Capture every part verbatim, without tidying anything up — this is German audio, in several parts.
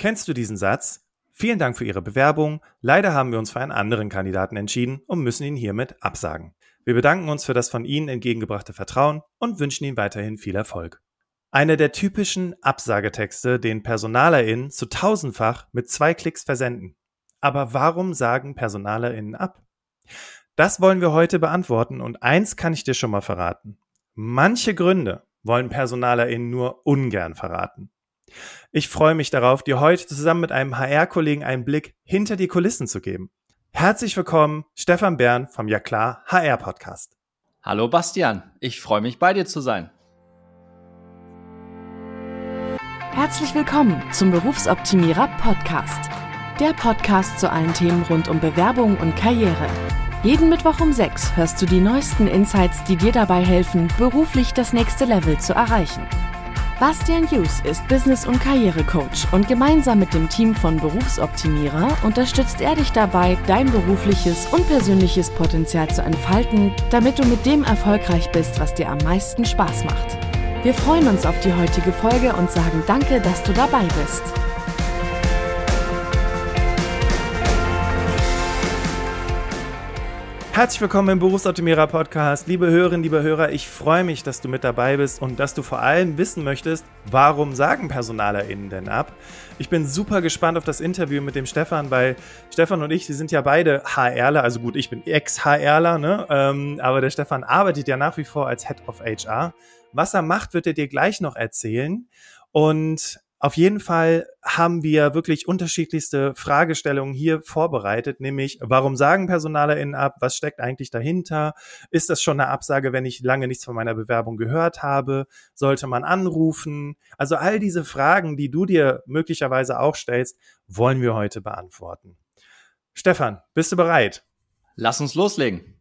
Kennst du diesen Satz? Vielen Dank für Ihre Bewerbung. Leider haben wir uns für einen anderen Kandidaten entschieden und müssen ihn hiermit absagen. Wir bedanken uns für das von Ihnen entgegengebrachte Vertrauen und wünschen Ihnen weiterhin viel Erfolg. Einer der typischen Absagetexte, den PersonalerInnen zu tausendfach mit zwei Klicks versenden. Aber warum sagen PersonalerInnen ab? Das wollen wir heute beantworten und eins kann ich dir schon mal verraten. Manche Gründe wollen PersonalerInnen nur ungern verraten. Ich freue mich darauf, dir heute zusammen mit einem H R-Kollegen einen Blick hinter die Kulissen zu geben. Herzlich willkommen, Stefan Bern vom Ja klar H R-Podcast. Hallo Bastian, ich freue mich bei dir zu sein. Herzlich willkommen zum Berufsoptimierer Podcast. Der Podcast zu allen Themen rund um Bewerbung und Karriere. Jeden Mittwoch um sechs hörst du die neuesten Insights, die dir dabei helfen, beruflich das nächste Level zu erreichen. Bastian Hughes ist Business- und Karrierecoach und gemeinsam mit dem Team von Berufsoptimierer unterstützt er dich dabei, dein berufliches und persönliches Potenzial zu entfalten, damit du mit dem erfolgreich bist, was dir am meisten Spaß macht. Wir freuen uns auf die heutige Folge und sagen danke, dass du dabei bist. Herzlich willkommen im Berufsoptimierer Podcast. Liebe Hörerinnen, liebe Hörer, ich freue mich, dass du mit dabei bist und dass du vor allem wissen möchtest, warum sagen PersonalerInnen denn ab? Ich bin super gespannt auf das Interview mit dem Stefan, weil Stefan und ich, wir sind ja beide HRler, also gut, ich bin Ex-HRler, ne? Ähm, aber der Stefan arbeitet ja nach wie vor als Head of H R. Was er macht, wird er dir gleich noch erzählen. Und auf jeden Fall haben wir wirklich unterschiedlichste Fragestellungen hier vorbereitet, nämlich, warum sagen PersonalerInnen ab? Was steckt eigentlich dahinter? Ist das schon eine Absage, wenn ich lange nichts von meiner Bewerbung gehört habe? Sollte man anrufen? Also all diese Fragen, die du dir möglicherweise auch stellst, wollen wir heute beantworten. Stefan, bist du bereit? Lass uns loslegen.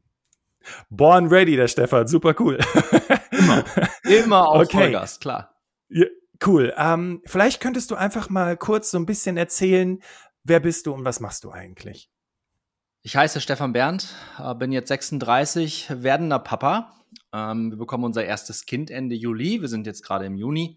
Born ready, der Stefan, super cool. Immer, immer auf Okay. Vollgas, klar. Ja, cool. Ähm, vielleicht könntest du einfach mal kurz so ein bisschen erzählen, wer bist du und was machst du eigentlich? Ich heiße Stefan Berndt, bin jetzt sechsunddreißig, werdender Papa. Ähm, wir bekommen unser erstes Kind Ende Juli, wir sind jetzt gerade im Juni.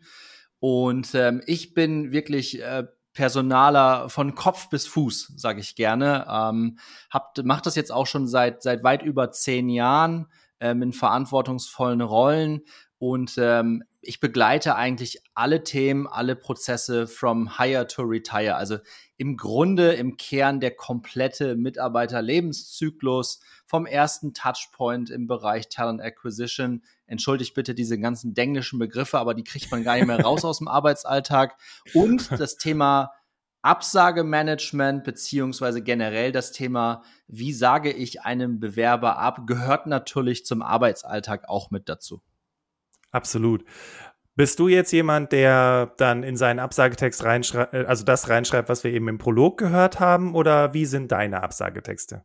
Und ähm, ich bin wirklich äh, Personaler von Kopf bis Fuß, sage ich gerne. Ähm, hab, mach das jetzt auch schon seit seit weit über zehn Jahren ähm, in verantwortungsvollen Rollen und ähm, ich begleite eigentlich alle Themen, alle Prozesse from hire to retire. Also im Grunde, im Kern der komplette Mitarbeiterlebenszyklus vom ersten Touchpoint im Bereich Talent Acquisition. Entschuldigt bitte diese ganzen englischen Begriffe, aber die kriegt man gar nicht mehr raus aus dem Arbeitsalltag. Und das Thema Absagemanagement beziehungsweise generell das Thema, wie sage ich einem Bewerber ab, gehört natürlich zum Arbeitsalltag auch mit dazu. Absolut. Bist du jetzt jemand, der dann in seinen Absagetext reinschreibt, also das reinschreibt, was wir eben im Prolog gehört haben, oder wie sind deine Absagetexte?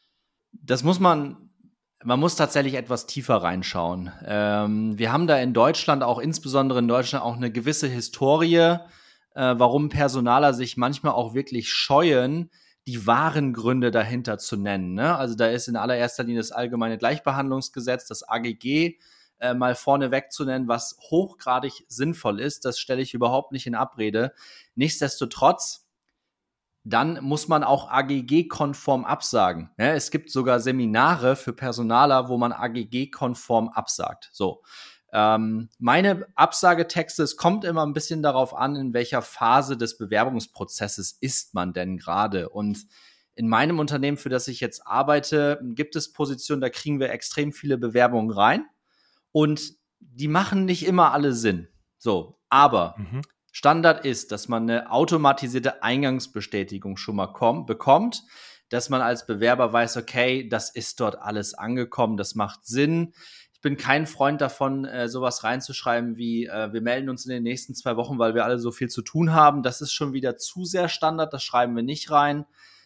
Das muss man, man muss tatsächlich etwas tiefer reinschauen. Ähm, wir haben da in Deutschland, auch insbesondere in Deutschland, auch eine gewisse Historie, äh, warum Personaler sich manchmal auch wirklich scheuen, die wahren Gründe dahinter zu nennen. Ne? Also da ist in allererster Linie das Allgemeine Gleichbehandlungsgesetz, das A G G, äh, mal vorneweg zu nennen, was hochgradig sinnvoll ist. Das stelle ich überhaupt nicht in Abrede. Nichtsdestotrotz, dann muss man auch A G G-konform absagen. Ja, es gibt sogar Seminare für Personaler, wo man A G G-konform absagt. So. Ähm, meine Absagetexte, es kommt immer ein bisschen darauf an, in welcher Phase des Bewerbungsprozesses ist man denn gerade. Und in meinem Unternehmen, für das ich jetzt arbeite, gibt es Positionen, da kriegen wir extrem viele Bewerbungen rein. Und die machen nicht immer alle Sinn. So, aber mhm. Standard ist, dass man eine automatisierte Eingangsbestätigung schon mal kommt, bekommt, dass man als Bewerber weiß, okay, das ist dort alles angekommen, das macht Sinn. Ich bin kein Freund davon, äh, sowas reinzuschreiben wie, äh, wir melden uns in den nächsten zwei Wochen, weil wir alle so viel zu tun haben. Das ist schon wieder zu sehr Standard, das schreiben wir nicht rein.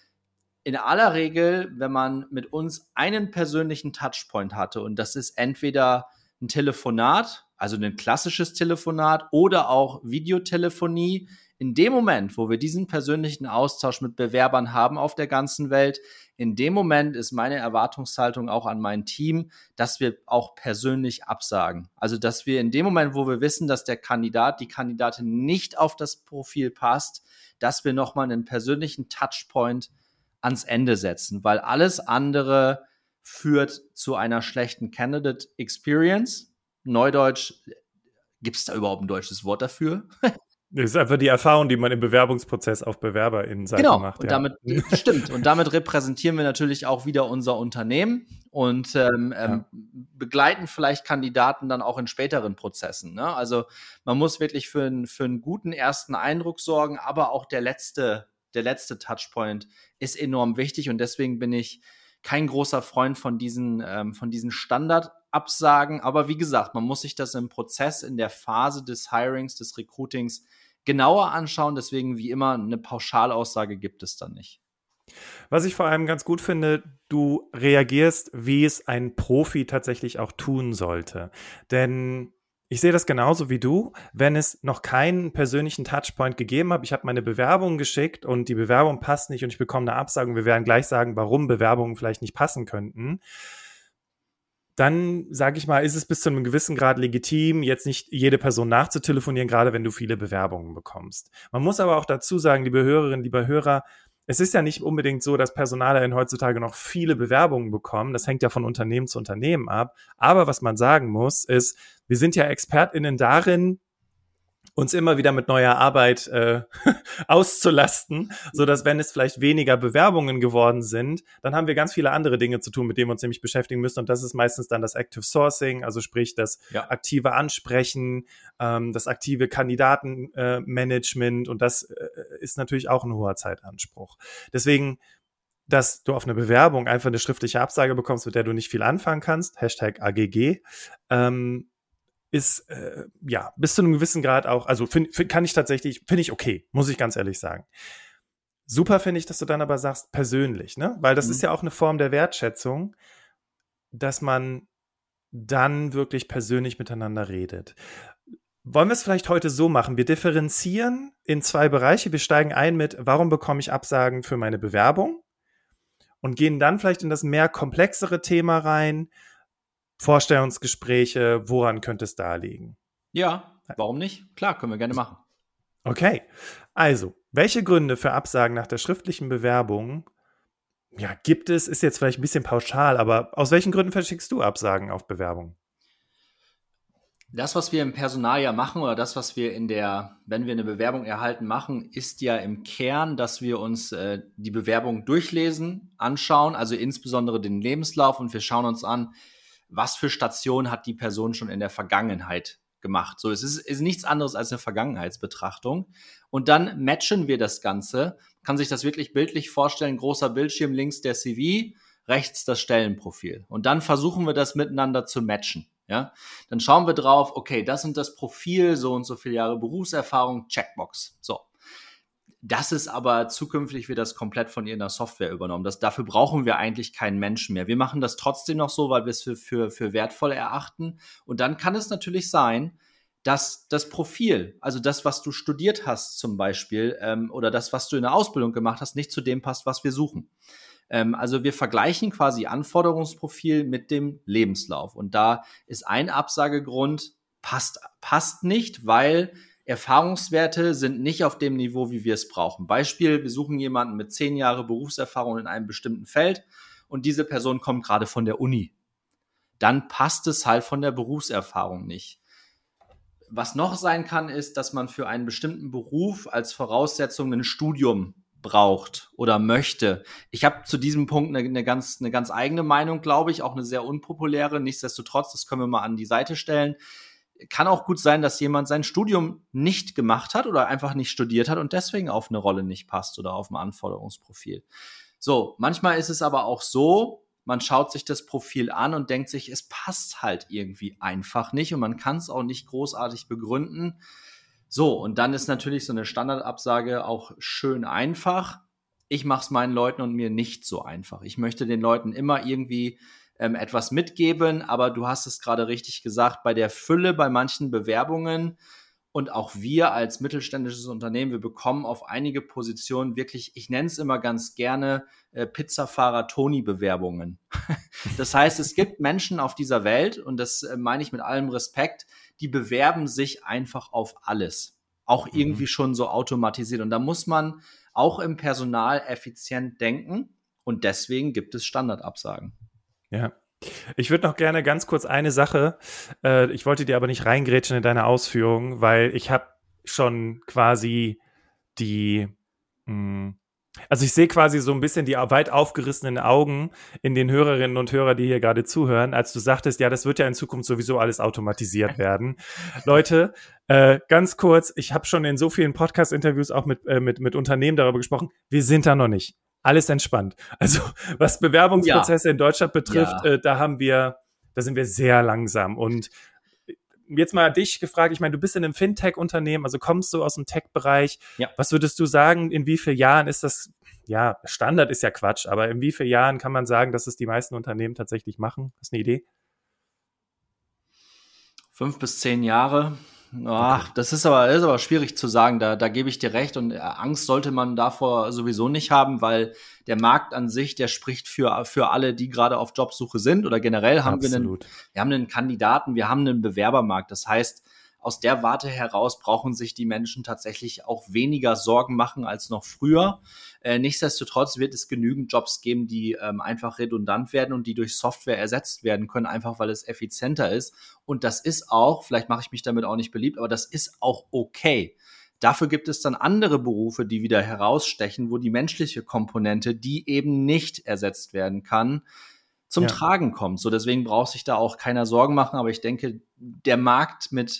In aller Regel, wenn man mit uns einen persönlichen Touchpoint hatte, und das ist entweder ein Telefonat, also ein klassisches Telefonat oder auch Videotelefonie In dem Moment, wo wir diesen persönlichen Austausch mit Bewerbern haben auf der ganzen Welt, in dem Moment ist meine Erwartungshaltung auch an mein Team, dass wir auch persönlich absagen. Also, dass wir in dem Moment, wo wir wissen, dass der Kandidat, die Kandidatin nicht auf das Profil passt, dass wir nochmal einen persönlichen Touchpoint ans Ende setzen, weil alles andere führt zu einer schlechten Candidate Experience. Neudeutsch, gibt es da überhaupt ein deutsches Wort dafür? Das ist einfach die Erfahrung, die man im Bewerbungsprozess auf BewerberInnenseite genau, macht. Und ja. damit, stimmt. Und damit repräsentieren wir natürlich auch wieder unser Unternehmen und ähm, ja. ähm, begleiten vielleicht Kandidaten dann auch in späteren Prozessen. Ne? Also man muss wirklich für, ein, für einen guten ersten Eindruck sorgen, aber auch der letzte, der letzte Touchpoint ist enorm wichtig und deswegen bin ich kein großer Freund von diesen, ähm, von diesen Standardabsagen. Aber wie gesagt, man muss sich das im Prozess, in der Phase des Hirings, des Recruitings genauer anschauen. Deswegen, wie immer, eine Pauschalaussage gibt es dann nicht. Was ich vor allem ganz gut finde, du reagierst, wie es ein Profi tatsächlich auch tun sollte. Denn ich sehe das genauso wie du, wenn es noch keinen persönlichen Touchpoint gegeben hat. Ich habe meine Bewerbung geschickt und die Bewerbung passt nicht und ich bekomme eine Absage und wir werden gleich sagen, warum Bewerbungen vielleicht nicht passen könnten. Dann, sage ich mal, ist es bis zu einem gewissen Grad legitim, jetzt nicht jede Person nachzutelefonieren, gerade wenn du viele Bewerbungen bekommst. Man muss aber auch dazu sagen, liebe Hörerinnen, liebe Hörer, es ist ja nicht unbedingt so, dass PersonalerInnen heutzutage noch viele Bewerbungen bekommen. Das hängt ja von Unternehmen zu Unternehmen ab. Aber was man sagen muss, ist, wir sind ja ExpertInnen darin, uns immer wieder mit neuer Arbeit äh, auszulasten, so dass wenn es vielleicht weniger Bewerbungen geworden sind, dann haben wir ganz viele andere Dinge zu tun, mit denen wir uns nämlich beschäftigen müssen und das ist meistens dann das Active Sourcing, also sprich das ja. aktive Ansprechen, ähm, das aktive Kandidatenmanagement äh, und das äh, ist natürlich auch ein hoher Zeitanspruch. Deswegen, dass du auf eine Bewerbung einfach eine schriftliche Absage bekommst, mit der du nicht viel anfangen kannst, Hashtag A G G, ähm, ist, äh, ja, bis zu einem gewissen Grad auch, also find, find, kann ich tatsächlich, finde ich okay, muss ich ganz ehrlich sagen. Super finde ich, dass du dann aber sagst, persönlich, ne? Weil das mhm. ist ja auch eine Form der Wertschätzung, dass man dann wirklich persönlich miteinander redet. Wollen wir es vielleicht heute so machen? Wir differenzieren in zwei Bereiche. Wir steigen ein mit, warum bekomme ich Absagen für meine Bewerbung? Und gehen dann vielleicht in das mehr komplexere Thema rein, Vorstellungsgespräche, woran könnte es da liegen? Ja, warum nicht? Klar, können wir gerne machen. Okay, also, welche Gründe für Absagen nach der schriftlichen Bewerbung, ja, gibt es, ist jetzt vielleicht ein bisschen pauschal, aber aus welchen Gründen verschickst du Absagen auf Bewerbung? Das, was wir im Personal ja machen oder das, was wir in der, wenn wir eine Bewerbung erhalten, machen, ist ja im Kern, dass wir uns äh, die Bewerbung durchlesen, anschauen, also insbesondere den Lebenslauf und wir schauen uns an, was für Stationen hat die Person schon in der Vergangenheit gemacht. So, es ist, ist nichts anderes als eine Vergangenheitsbetrachtung. Und dann matchen wir das Ganze. Kann sich das wirklich bildlich vorstellen, großer Bildschirm, links der C V, rechts das Stellenprofil. Und dann versuchen wir das miteinander zu matchen. Ja? Dann schauen wir drauf, okay, das und das Profil, so und so viele Jahre Berufserfahrung, Checkbox. So. Das ist aber zukünftig wird das komplett von irgendeiner Software übernommen. Das, dafür brauchen wir eigentlich keinen Menschen mehr. Wir machen das trotzdem noch so, weil wir es für, für, für wertvoll erachten. Und dann kann es natürlich sein, dass das Profil, also das, was du studiert hast zum Beispiel, ähm, oder das, was du in der Ausbildung gemacht hast, nicht zu dem passt, was wir suchen. Ähm, also wir vergleichen quasi Anforderungsprofil mit dem Lebenslauf. Und da ist ein Absagegrund, passt, passt nicht, weil Erfahrungswerte sind nicht auf dem Niveau, wie wir es brauchen. Beispiel, wir suchen jemanden mit zehn Jahre Berufserfahrung in einem bestimmten Feld und diese Person kommt gerade von der Uni. Dann passt es halt von der Berufserfahrung nicht. Was noch sein kann, ist, dass man für einen bestimmten Beruf als Voraussetzung ein Studium braucht oder möchte. Ich habe zu diesem Punkt eine, eine, ganz, eine ganz eigene Meinung, glaube ich, auch eine sehr unpopuläre. Nichtsdestotrotz, das können wir mal an die Seite stellen. Kann auch gut sein, dass jemand sein Studium nicht gemacht hat oder einfach nicht studiert hat und deswegen auf eine Rolle nicht passt oder auf ein Anforderungsprofil. So, manchmal ist es aber auch so, man schaut sich das Profil an und denkt sich, es passt halt irgendwie einfach nicht und man kann es auch nicht großartig begründen. So, und dann ist natürlich so eine Standardabsage auch schön einfach. Ich mache es meinen Leuten und mir nicht so einfach. Ich möchte den Leuten immer irgendwie Ähm, etwas mitgeben, aber du hast es gerade richtig gesagt, bei der Fülle, bei manchen Bewerbungen Und auch wir als mittelständisches Unternehmen, wir bekommen auf einige Positionen wirklich, ich nenne es immer ganz gerne, äh, Pizzafahrer-Toni-Bewerbungen. Das heißt, es gibt Menschen auf dieser Welt, und das äh, meine ich mit allem Respekt, die bewerben sich einfach auf alles. Auch mhm. irgendwie schon so automatisiert. Und da muss man auch im Personal effizient denken. Und deswegen gibt es Standardabsagen. Ja. Ich würde noch gerne ganz kurz eine Sache, äh, ich wollte dir aber nicht reingrätschen in deine Ausführungen, weil ich habe schon quasi die, mh, also ich sehe quasi so ein bisschen die weit aufgerissenen Augen in den Hörerinnen und Hörern, die hier gerade zuhören, als du sagtest, ja, das wird ja in Zukunft sowieso alles automatisiert werden. Leute, äh, ganz kurz, ich habe schon in so vielen Podcast-Interviews auch mit, äh, mit, mit Unternehmen darüber gesprochen, wir sind da noch nicht. Alles entspannt. Also was Bewerbungsprozesse ja. in Deutschland betrifft, ja. äh, da haben wir, da sind wir sehr langsam. Und jetzt mal dich gefragt, ich meine, du bist in einem Fintech-Unternehmen, also kommst du aus dem Tech-Bereich. Ja. Was würdest du sagen, in wie vielen Jahren ist das, ja, Standard ist ja Quatsch, aber in wie vielen Jahren kann man sagen, dass es die meisten Unternehmen tatsächlich machen? Hast du eine Idee? Fünf bis zehn Jahre. Ach, okay. Das ist aber, ist aber schwierig zu sagen, da, da gebe ich dir recht, und Angst sollte man davor sowieso nicht haben, weil der Markt an sich, der spricht für, für alle, die gerade auf Jobsuche sind, oder generell haben wir einen, wir haben einen Kandidaten, wir haben einen Bewerbermarkt. Das heißt, aus der Warte heraus brauchen sich die Menschen tatsächlich auch weniger Sorgen machen als noch früher. Äh, nichtsdestotrotz wird es genügend Jobs geben, die ähm, einfach redundant werden und die durch Software ersetzt werden können, einfach weil es effizienter ist. Und das ist auch, vielleicht mache ich mich damit auch nicht beliebt, aber das ist auch okay. Dafür gibt es dann andere Berufe, die wieder herausstechen, wo die menschliche Komponente, die eben nicht ersetzt werden kann, zum ja. Tragen kommt. So, deswegen braucht sich da auch keiner Sorgen machen. Aber ich denke, der Markt mit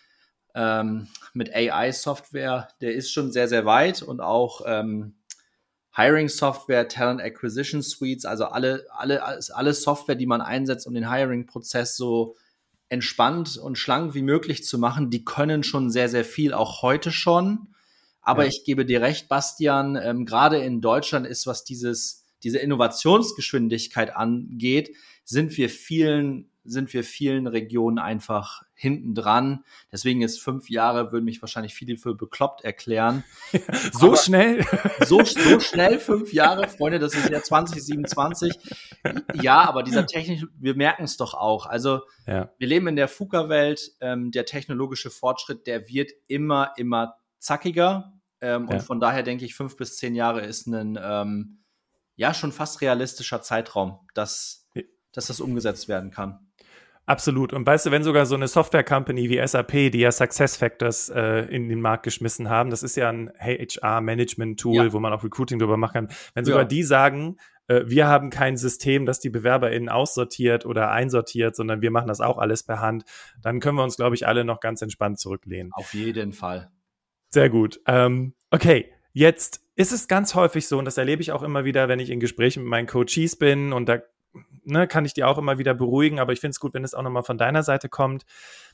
ähm, mit A I-Software, der ist schon sehr, sehr weit, und auch ähm, Hiring-Software, Talent Acquisition Suites, also alle, alle, alle Software, die man einsetzt, um den Hiring-Prozess so entspannt und schlank wie möglich zu machen, die können schon sehr, sehr viel, auch heute schon. Aber ja. ich gebe dir recht, Bastian, ähm, gerade in Deutschland ist, was dieses, diese Innovationsgeschwindigkeit angeht, sind wir vielen, sind wir vielen Regionen einfach hinten dran. Deswegen ist fünf Jahre, würden mich wahrscheinlich viele für bekloppt erklären. so Aber schnell? So, so schnell, fünf Jahre, Freunde, das ist ja zwanzig siebenundzwanzig. Ja, aber dieser Technik, wir merken es doch auch. Also ja. wir leben in der VUCA-Welt, ähm, der technologische Fortschritt, der wird immer, immer zackiger. Ähm, ja. Und von daher denke ich, fünf bis zehn Jahre ist ein, ähm, ja, schon fast realistischer Zeitraum, dass, dass das umgesetzt werden kann. Absolut. Und weißt du, wenn sogar so eine Software-Company wie S A P, die ja SuccessFactors äh, in den Markt geschmissen haben, das ist ja ein H R-Management-Tool, ja. wo man auch Recruiting drüber machen kann. Wenn sogar ja. die sagen, äh, wir haben kein System, das die BewerberInnen aussortiert oder einsortiert, sondern wir machen das auch alles per Hand, dann können wir uns, glaube ich, alle noch ganz entspannt zurücklehnen. Auf jeden Fall. Sehr gut. Ähm, okay, jetzt ist es ganz häufig so, und das erlebe ich auch immer wieder, wenn ich in Gesprächen mit meinen Coaches bin, und da Ne, kann ich die auch immer wieder beruhigen, aber ich finde es gut, wenn es auch nochmal von deiner Seite kommt.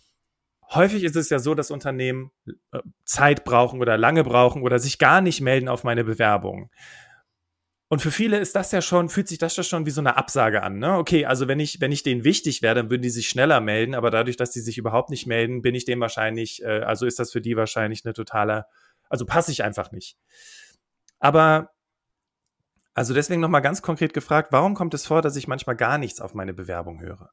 Häufig ist es ja so, dass Unternehmen äh, Zeit brauchen oder lange brauchen oder sich gar nicht melden auf meine Bewerbung. Und für viele ist das ja schon, fühlt sich das ja schon wie so eine Absage an. Ne? Okay, also wenn ich, wenn ich denen wichtig wäre, dann würden die sich schneller melden, aber dadurch, dass die sich überhaupt nicht melden, bin ich dem wahrscheinlich, äh, also ist das für die wahrscheinlich eine totale, also passe ich einfach nicht. Aber Also deswegen nochmal ganz konkret gefragt, warum kommt es vor, dass ich manchmal gar nichts auf meine Bewerbung höre?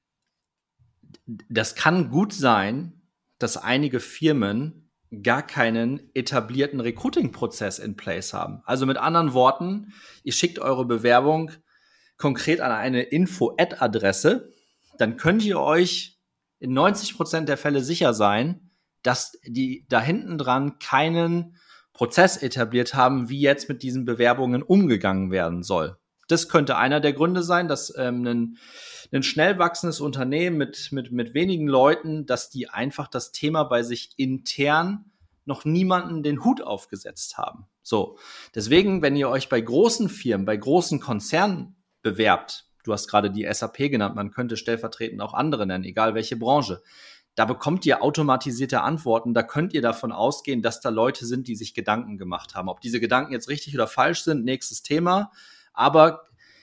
Das kann gut sein, dass einige Firmen gar keinen etablierten Recruiting-Prozess in place haben. Also mit anderen Worten, ihr schickt eure Bewerbung konkret an eine Info-Ad-Adresse, dann könnt ihr euch in neunzig Prozent der Fälle sicher sein, dass die da hinten dran keinen Prozess etabliert haben, wie jetzt mit diesen Bewerbungen umgegangen werden soll. Das könnte einer der Gründe sein, dass ähm, ein, ein schnell wachsendes Unternehmen mit, mit, mit wenigen Leuten, dass die einfach das Thema bei sich intern noch niemanden den Hut aufgesetzt haben. So, deswegen, wenn ihr euch bei großen Firmen, bei großen Konzernen bewerbt, du hast gerade die S A P genannt, man könnte stellvertretend auch andere nennen, egal welche Branche, da bekommt ihr automatisierte Antworten, da könnt ihr davon ausgehen, dass da Leute sind, die sich Gedanken gemacht haben. Ob diese Gedanken jetzt richtig oder falsch sind, nächstes Thema. Aber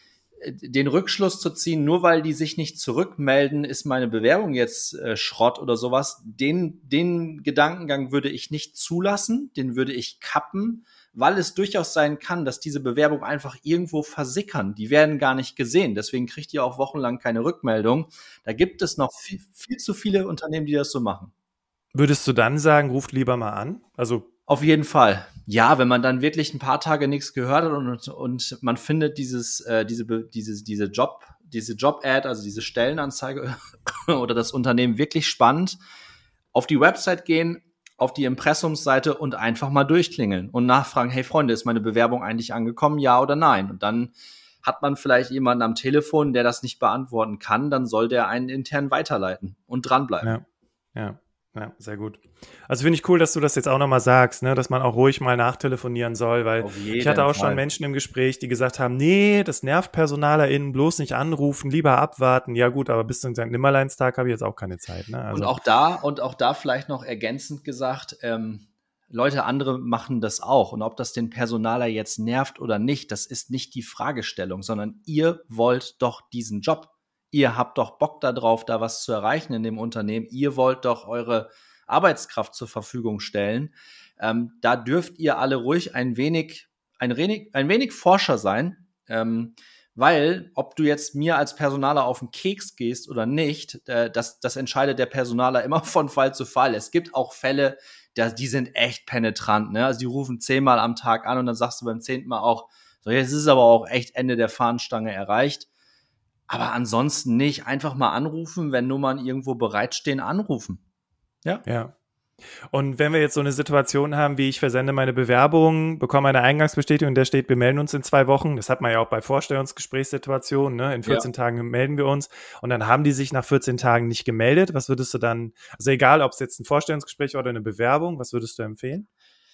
den Rückschluss zu ziehen, nur weil die sich nicht zurückmelden, ist meine Bewerbung jetzt äh, Schrott oder sowas. Den, den Gedankengang würde ich nicht zulassen, den würde ich kappen, weil es durchaus sein kann, dass diese Bewerbungen einfach irgendwo versickern. Die werden gar nicht gesehen. Deswegen kriegt ihr auch wochenlang keine Rückmeldung. Da gibt es noch viel, viel zu viele Unternehmen, die das so machen. Würdest du dann sagen, ruft lieber mal an? Also auf jeden Fall. Ja, wenn man dann wirklich ein paar Tage nichts gehört hat und, und man findet dieses, äh, diese, diese, diese Job, diese Job-Ad, also diese Stellenanzeige oder das Unternehmen wirklich spannend, auf die Website gehen, auf die Impressumsseite und einfach mal durchklingeln und nachfragen, hey Freunde, ist meine Bewerbung eigentlich angekommen, ja oder nein? Und dann hat man vielleicht jemanden am Telefon, der das nicht beantworten kann, dann soll der einen intern weiterleiten und dranbleiben. Ja, ja. Ja, sehr gut. Also finde ich cool, dass du das jetzt auch nochmal sagst, ne, dass man auch ruhig mal nachtelefonieren soll, weil ich hatte auch Fall. schon Menschen im Gespräch, die gesagt haben, nee, das nervt PersonalerInnen, bloß nicht anrufen, lieber abwarten. Ja gut, aber bis zum Sankt Nimmerleinstag habe ich jetzt auch keine Zeit. Ne? Also. Und auch da, und auch da vielleicht noch ergänzend gesagt, ähm, Leute, andere machen das auch. Und ob das den Personaler jetzt nervt oder nicht, das ist nicht die Fragestellung, sondern ihr wollt doch diesen Job. Ihr habt doch Bock darauf, da was zu erreichen in dem Unternehmen. Ihr wollt doch eure Arbeitskraft zur Verfügung stellen. Ähm, da dürft ihr alle ruhig ein wenig, ein wenig, ein wenig Forscher sein, ähm, weil ob du jetzt mir als Personaler auf den Keks gehst oder nicht, äh, das, das entscheidet der Personaler immer von Fall zu Fall. Es gibt auch Fälle, da, die sind echt penetrant. Ne? Also die rufen zehnmal am Tag an und dann sagst du beim zehnten Mal auch, so jetzt ist es aber auch echt Ende der Fahnenstange erreicht. Aber ansonsten nicht. Einfach mal anrufen, wenn Nummern irgendwo bereitstehen, anrufen. Ja. Ja. Und wenn wir jetzt so eine Situation haben, wie ich versende meine Bewerbung, bekomme eine Eingangsbestätigung, der steht, wir melden uns in zwei Wochen. Das hat man ja auch bei Vorstellungsgesprächssituationen, ne? In vierzehn ja. Tagen melden wir uns. Und dann haben die sich nach vierzehn Tagen nicht gemeldet. Was würdest du dann, also egal, ob es jetzt ein Vorstellungsgespräch oder eine Bewerbung, was würdest du empfehlen?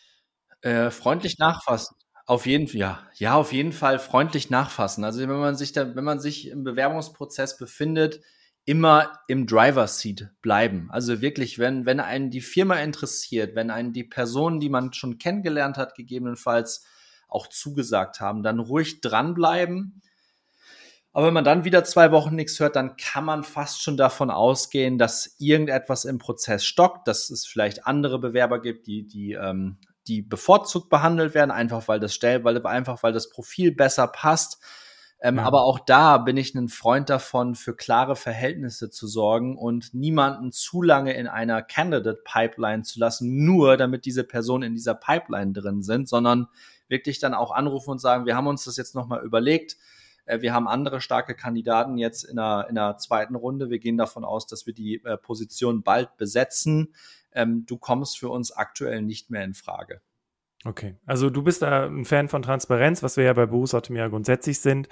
Äh, freundlich nachfassen. Auf jeden Fall, ja. Ja, auf jeden Fall freundlich nachfassen. Also wenn man sich da, wenn man sich im Bewerbungsprozess befindet, immer im Driver's Seat bleiben. Also wirklich, wenn, wenn einen die Firma interessiert, wenn einen die Personen, die man schon kennengelernt hat, gegebenenfalls auch zugesagt haben, dann ruhig dranbleiben. Aber wenn man dann wieder zwei Wochen nichts hört, dann kann man fast schon davon ausgehen, dass irgendetwas im Prozess stockt, dass es vielleicht andere Bewerber gibt, die, die, ähm, die bevorzugt behandelt werden, einfach weil das Stell, weil einfach weil das Profil besser passt. Ähm, ja. Aber auch da bin ich ein Freund davon, für klare Verhältnisse zu sorgen und niemanden zu lange in einer Candidate Pipeline zu lassen, nur damit diese Personen in dieser Pipeline drin sind, sondern wirklich dann auch anrufen und sagen, wir haben uns das jetzt nochmal überlegt, äh, wir haben andere starke Kandidaten jetzt in einer, in einer zweiten Runde, wir gehen davon aus, dass wir die äh, Position bald besetzen. Ähm, du kommst für uns aktuell nicht mehr in Frage. Okay, also du bist da ein Fan von Transparenz, was wir ja bei Berufsoptimierer grundsätzlich sind.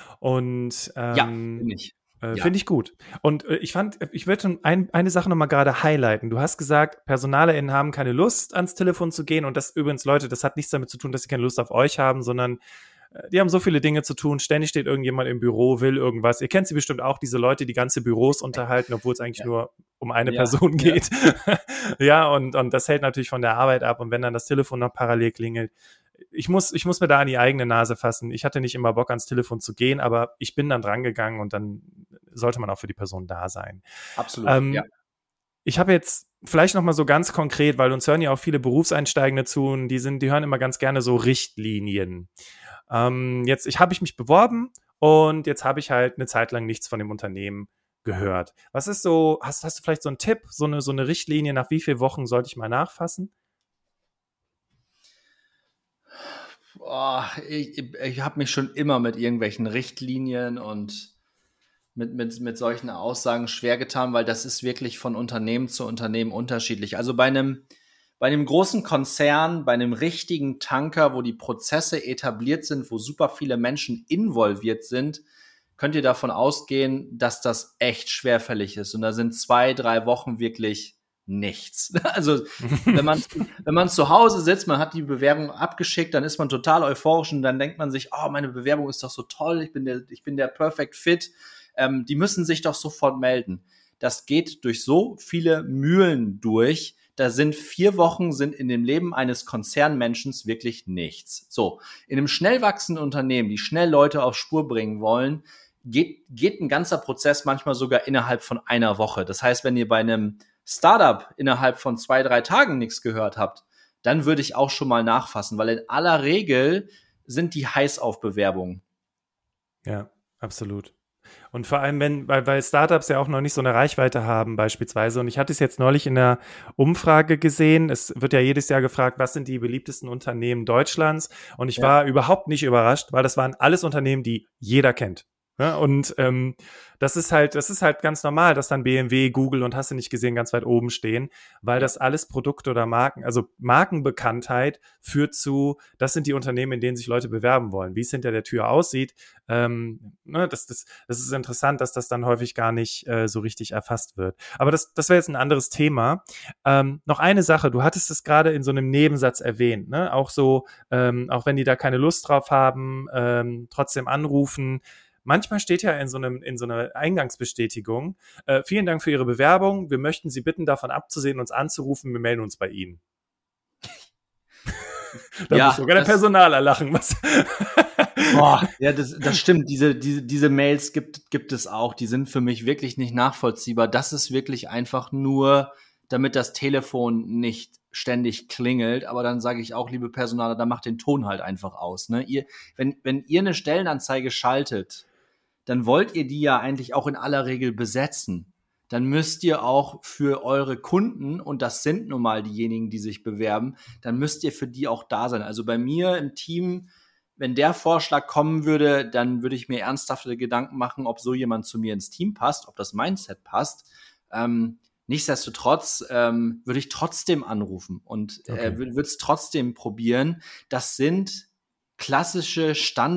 Und ähm, ja, bin ich. Äh, ja. Finde ich gut. Und äh, ich fand, ich würde ein, eine Sache nochmal gerade highlighten. Du hast gesagt, PersonalerInnen haben keine Lust, ans Telefon zu gehen. Und das übrigens, Leute, das hat nichts damit zu tun, dass sie keine Lust auf euch haben, sondern die haben so viele Dinge zu tun. Ständig steht irgendjemand im Büro, will irgendwas. Ihr kennt sie bestimmt auch, diese Leute, die ganze Büros unterhalten, obwohl es eigentlich ja. nur um eine ja. Person geht. Ja, ja und, und das hält natürlich von der Arbeit ab. Und wenn dann das Telefon noch parallel klingelt, ich muss, ich muss mir da an die eigene Nase fassen. Ich hatte nicht immer Bock, ans Telefon zu gehen, aber ich bin dann dran gegangen und dann sollte man auch für die Person da sein. Absolut, ähm, ja. Ich habe jetzt vielleicht noch mal so ganz konkret, weil uns hören ja auch viele Berufseinsteigende zu und die sind, die hören immer ganz gerne so Richtlinien. Ähm, jetzt ich habe ich mich beworben und jetzt habe ich halt eine Zeit lang nichts von dem Unternehmen gehört. Was ist so, hast, hast du vielleicht so einen Tipp, so eine, so eine Richtlinie, nach wie vielen Wochen sollte ich mal nachfassen? Oh, ich ich habe mich schon immer mit irgendwelchen Richtlinien und mit, mit, mit solchen Aussagen schwer getan, weil das ist wirklich von Unternehmen zu Unternehmen unterschiedlich. Also bei einem Bei einem großen Konzern, bei einem richtigen Tanker, wo die Prozesse etabliert sind, wo super viele Menschen involviert sind, könnt ihr davon ausgehen, dass das echt schwerfällig ist. Und da sind zwei, drei Wochen wirklich nichts. Also wenn man wenn man zu Hause sitzt, man hat die Bewerbung abgeschickt, dann ist man total euphorisch und dann denkt man sich, oh, meine Bewerbung ist doch so toll, ich bin der, ich bin der Perfect Fit. Ähm, die müssen sich doch sofort melden. Das geht durch so viele Mühlen durch, da sind vier Wochen sind in dem Leben eines Konzernmenschen wirklich nichts. So, in einem schnell wachsenden Unternehmen, die schnell Leute auf Spur bringen wollen, geht, geht ein ganzer Prozess manchmal sogar innerhalb von einer Woche. Das heißt, wenn ihr bei einem Startup innerhalb von zwei, drei Tagen nichts gehört habt, dann würde ich auch schon mal nachfassen, weil in aller Regel sind die heiß auf Bewerbungen. Ja, absolut. Und vor allem, wenn, weil, weil Startups ja auch noch nicht so eine Reichweite haben beispielsweise. Und ich hatte es jetzt neulich in der Umfrage gesehen. Es wird ja jedes Jahr gefragt, was sind die beliebtesten Unternehmen Deutschlands? Und ich ja. war überhaupt nicht überrascht, weil das waren alles Unternehmen, die jeder kennt. Ja, und ähm, das ist halt, das ist halt ganz normal, dass dann B M W, Google und hast du nicht gesehen ganz weit oben stehen, weil das alles Produkte oder Marken, also Markenbekanntheit führt zu, das sind die Unternehmen, in denen sich Leute bewerben wollen. Wie es hinter der Tür aussieht, ähm, ne, das, das, das ist interessant, dass das dann häufig gar nicht äh, so richtig erfasst wird. Aber das, das wäre jetzt ein anderes Thema. Ähm, noch eine Sache, du hattest es gerade in so einem Nebensatz erwähnt, ne? Auch so, ähm, auch wenn die da keine Lust drauf haben, ähm, trotzdem anrufen. Manchmal steht ja in so einem in so einer Eingangsbestätigung, äh, vielen Dank für Ihre Bewerbung, wir möchten Sie bitten, davon abzusehen, uns anzurufen, wir melden uns bei Ihnen. Da ja, muss sogar der Personaler lachen. Was? Boah, ja, das, das stimmt. Diese, diese, diese Mails gibt, gibt es auch. Die sind für mich wirklich nicht nachvollziehbar. Das ist wirklich einfach nur, damit das Telefon nicht ständig klingelt, aber dann sage ich auch, liebe Personaler, dann macht den Ton halt einfach aus. Ne? Ihr, wenn, wenn ihr eine Stellenanzeige schaltet, dann wollt ihr die ja eigentlich auch in aller Regel besetzen. Dann müsst ihr auch für eure Kunden, und das sind nun mal diejenigen, die sich bewerben, dann müsst ihr für die auch da sein. Also bei mir im Team, wenn der Vorschlag kommen würde, dann würde ich mir ernsthafte Gedanken machen, ob so jemand zu mir ins Team passt, ob das Mindset passt. Ähm, nichtsdestotrotz ähm, würde ich trotzdem anrufen und okay. äh, würde es trotzdem probieren. Das sind klassische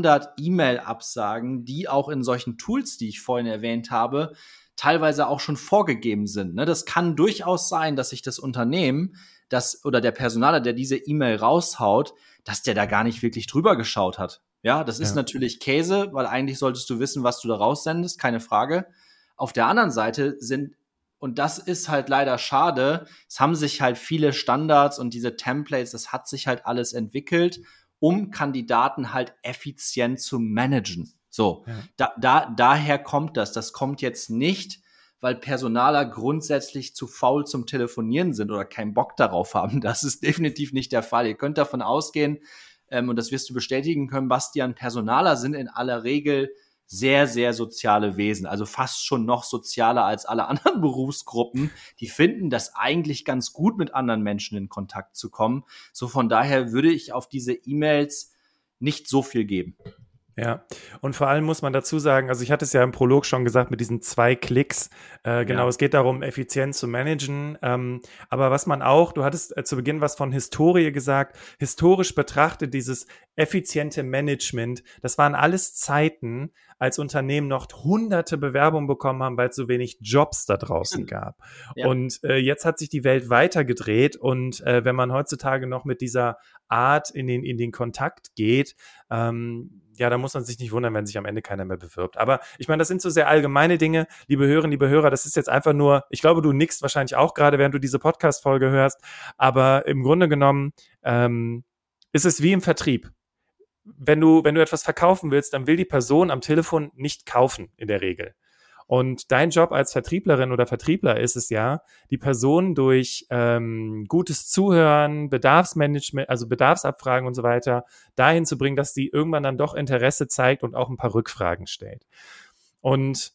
Standard-E-Mail-Absagen, die auch in solchen Tools, die ich vorhin erwähnt habe, teilweise auch schon vorgegeben sind. Ne? Das kann durchaus sein, dass sich das Unternehmen, das oder der Personaler, der diese E-Mail raushaut, dass der da gar nicht wirklich drüber geschaut hat. Ja, das ist ja. natürlich Käse, weil eigentlich solltest du wissen, was du da raussendest, keine Frage. Auf der anderen Seite sind, und das ist halt leider schade, es haben sich halt viele Standards und diese Templates, das hat sich halt alles entwickelt, um Kandidaten halt effizient zu managen. So, ja. da, da, daher kommt das. Das kommt jetzt nicht, weil Personaler grundsätzlich zu faul zum Telefonieren sind oder keinen Bock darauf haben. Das ist definitiv nicht der Fall. Ihr könnt davon ausgehen, ähm, und das wirst du bestätigen können, Bastian, Personaler sind in aller Regel sehr, sehr soziale Wesen, also fast schon noch sozialer als alle anderen Berufsgruppen. Die finden das eigentlich ganz gut, mit anderen Menschen in Kontakt zu kommen. So von daher würde ich auf diese E-Mails nicht so viel geben. Ja, und vor allem muss man dazu sagen, also ich hatte es ja im Prolog schon gesagt mit diesen zwei Klicks, äh, genau, ja. Es geht darum, effizient zu managen, ähm, aber was man auch, du hattest äh, zu Beginn was von Historie gesagt, historisch betrachtet dieses effiziente Management, das waren alles Zeiten, als Unternehmen noch hunderte Bewerbungen bekommen haben, weil es so wenig Jobs da draußen gab. Ja. Und äh, jetzt hat sich die Welt weitergedreht und äh, wenn man heutzutage noch mit dieser Art in den, in den Kontakt geht, ähm, ja, da muss man sich nicht wundern, wenn sich am Ende keiner mehr bewirbt. Aber ich meine, das sind so sehr allgemeine Dinge, liebe Hörerinnen, liebe Hörer, das ist jetzt einfach nur, ich glaube, du nickst wahrscheinlich auch gerade, während du diese Podcast-Folge hörst, aber im Grunde genommen ähm, ist es wie im Vertrieb. Wenn du, wenn du etwas verkaufen willst, dann will die Person am Telefon nicht kaufen, in der Regel. Und dein Job als Vertrieblerin oder Vertriebler ist es ja, die Person durch ähm, gutes Zuhören, Bedarfsmanagement, also Bedarfsabfragen und so weiter, dahin zu bringen, dass sie irgendwann dann doch Interesse zeigt und auch ein paar Rückfragen stellt. Und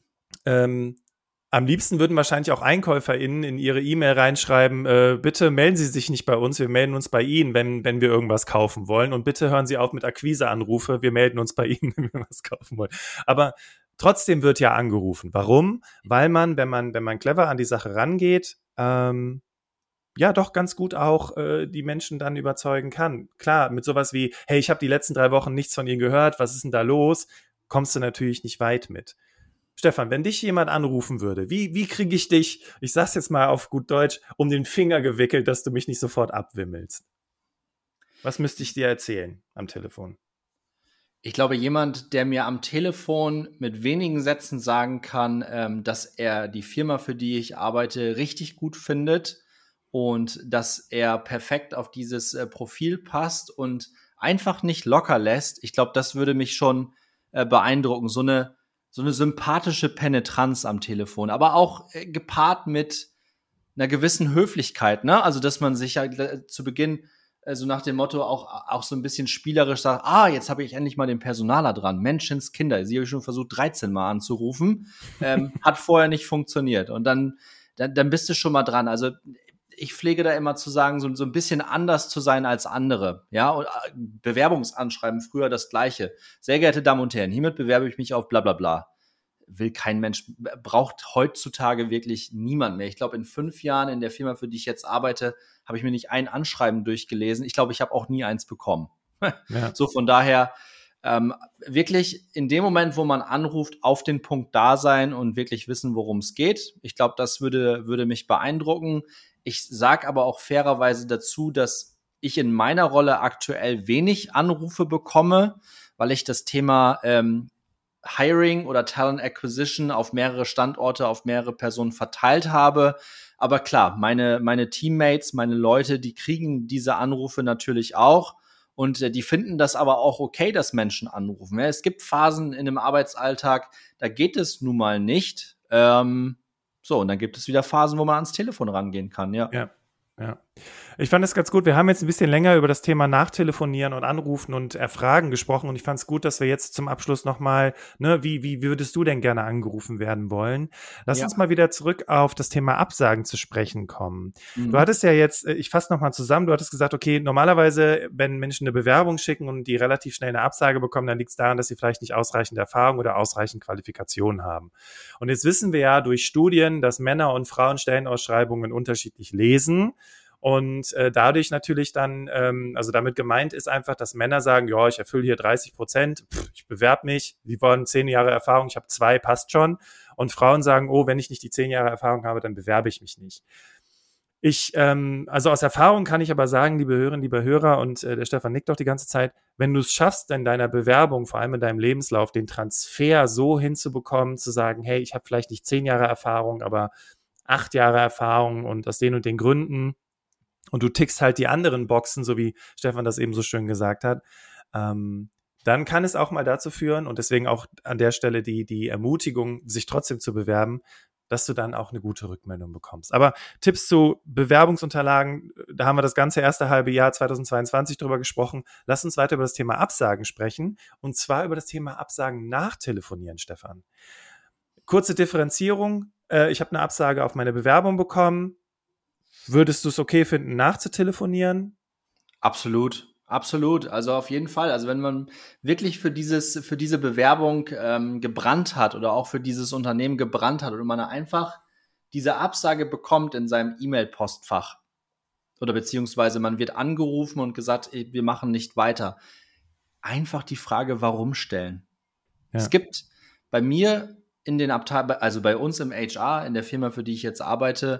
ähm, am liebsten würden wahrscheinlich auch EinkäuferInnen in ihre E-Mail reinschreiben, äh, bitte melden Sie sich nicht bei uns, wir melden uns bei Ihnen, wenn, wenn wir irgendwas kaufen wollen. Und bitte hören Sie auf mit Akquiseanrufe, wir melden uns bei Ihnen, wenn wir was kaufen wollen. Aber trotzdem wird ja angerufen. Warum? Weil man, wenn man, wenn man clever an die Sache rangeht, ähm, ja doch ganz gut auch äh, die Menschen dann überzeugen kann. Klar, mit sowas wie, hey, ich habe die letzten drei Wochen nichts von Ihnen gehört, was ist denn da los? Kommst du natürlich nicht weit mit. Stefan, wenn dich jemand anrufen würde, wie, wie kriege ich dich, ich sag's jetzt mal auf gut Deutsch, um den Finger gewickelt, dass du mich nicht sofort abwimmelst? Was müsste ich dir erzählen am Telefon? Ich glaube, jemand, der mir am Telefon mit wenigen Sätzen sagen kann, ähm, dass er die Firma, für die ich arbeite, richtig gut findet und dass er perfekt auf dieses äh, Profil passt und einfach nicht locker lässt. Ich glaube, das würde mich schon äh, beeindrucken. So eine, so eine sympathische Penetranz am Telefon, aber auch äh, gepaart mit einer gewissen Höflichkeit, ne? Also, dass man sich ja äh, zu Beginn äh, so nach dem Motto auch, auch so ein bisschen spielerisch sagt, ah, jetzt habe ich endlich mal den Personaler dran. Menschenskinder, sie habe ich schon versucht, dreizehn Mal anzurufen. Ähm, hat vorher nicht funktioniert. Und dann, dann, dann bist du schon mal dran. Also, ich pflege da immer zu sagen, so, so ein bisschen anders zu sein als andere. Ja, und äh, Bewerbungsanschreiben, früher das Gleiche. Sehr geehrte Damen und Herren, hiermit bewerbe ich mich auf bla bla bla. Will kein Mensch, braucht heutzutage wirklich niemand mehr. Ich glaube, in fünf Jahren in der Firma, für die ich jetzt arbeite, habe ich mir nicht ein Anschreiben durchgelesen. Ich glaube, ich habe auch nie eins bekommen. Ja. So, von daher ähm, wirklich in dem Moment, wo man anruft, auf den Punkt da sein und wirklich wissen, worum es geht. Ich glaube, das würde, würde mich beeindrucken. Ich sage aber auch fairerweise dazu, dass ich in meiner Rolle aktuell wenig Anrufe bekomme, weil ich das Thema ähm, Hiring oder Talent Acquisition auf mehrere Standorte, auf mehrere Personen verteilt habe. Aber klar, meine, meine Teammates, meine Leute, die kriegen diese Anrufe natürlich auch. Und äh, die finden das aber auch okay, dass Menschen anrufen. Ja, es gibt Phasen in dem Arbeitsalltag, da geht es nun mal nicht. Ähm, so, und dann gibt es wieder Phasen, wo man ans Telefon rangehen kann, ja. Ja. Ja, ich fand es ganz gut. Wir haben jetzt ein bisschen länger über das Thema Nachtelefonieren und Anrufen und Erfragen gesprochen und ich fand es gut, dass wir jetzt zum Abschluss nochmal, ne, wie, wie würdest du denn gerne angerufen werden wollen? Lass ja. uns mal wieder zurück auf das Thema Absagen zu sprechen kommen. Mhm. Du hattest ja jetzt, ich fasse nochmal zusammen, du hattest gesagt, okay, normalerweise, wenn Menschen eine Bewerbung schicken und die relativ schnell eine Absage bekommen, dann liegt es daran, dass sie vielleicht nicht ausreichend Erfahrung oder ausreichend Qualifikation haben. Und jetzt wissen wir ja durch Studien, dass Männer und Frauen Stellenausschreibungen unterschiedlich lesen. Und äh, dadurch natürlich dann, ähm, also damit gemeint ist einfach, dass Männer sagen, ja, ich erfülle hier dreißig Prozent, pff, ich bewerbe mich, die wollen zehn Jahre Erfahrung, ich habe zwei, passt schon. Und Frauen sagen, oh, wenn ich nicht die zehn Jahre Erfahrung habe, dann bewerbe ich mich nicht. Ich, ähm, also aus Erfahrung kann ich aber sagen, liebe Hörerinnen, liebe Hörer, und äh, der Stefan nickt doch die ganze Zeit, wenn du es schaffst, in deiner Bewerbung, vor allem in deinem Lebenslauf, den Transfer so hinzubekommen, zu sagen, hey, ich habe vielleicht nicht zehn Jahre Erfahrung, aber acht Jahre Erfahrung und aus den und den Gründen, und du tickst halt die anderen Boxen, so wie Stefan das eben so schön gesagt hat, ähm, dann kann es auch mal dazu führen, und deswegen auch an der Stelle die, die Ermutigung, sich trotzdem zu bewerben, dass du dann auch eine gute Rückmeldung bekommst. Aber Tipps zu Bewerbungsunterlagen, da haben wir das ganze erste halbe Jahr zweitausendzweiundzwanzig drüber gesprochen. Lass uns weiter über das Thema Absagen sprechen, und zwar über das Thema Absagen nachtelefonieren, Stefan. Kurze Differenzierung, äh, ich habe eine Absage auf meine Bewerbung bekommen. Würdest du es okay finden, nachzutelefonieren? Absolut, absolut. Also auf jeden Fall. Also wenn man wirklich für dieses, für diese Bewerbung ähm, gebrannt hat oder auch für dieses Unternehmen gebrannt hat und man einfach diese Absage bekommt in seinem E-Mail-Postfach oder beziehungsweise man wird angerufen und gesagt, ey, wir machen nicht weiter. Einfach die Frage, warum stellen. Ja. Es gibt bei mir in den Abteilungen, also bei uns im H R, in der Firma, für die ich jetzt arbeite,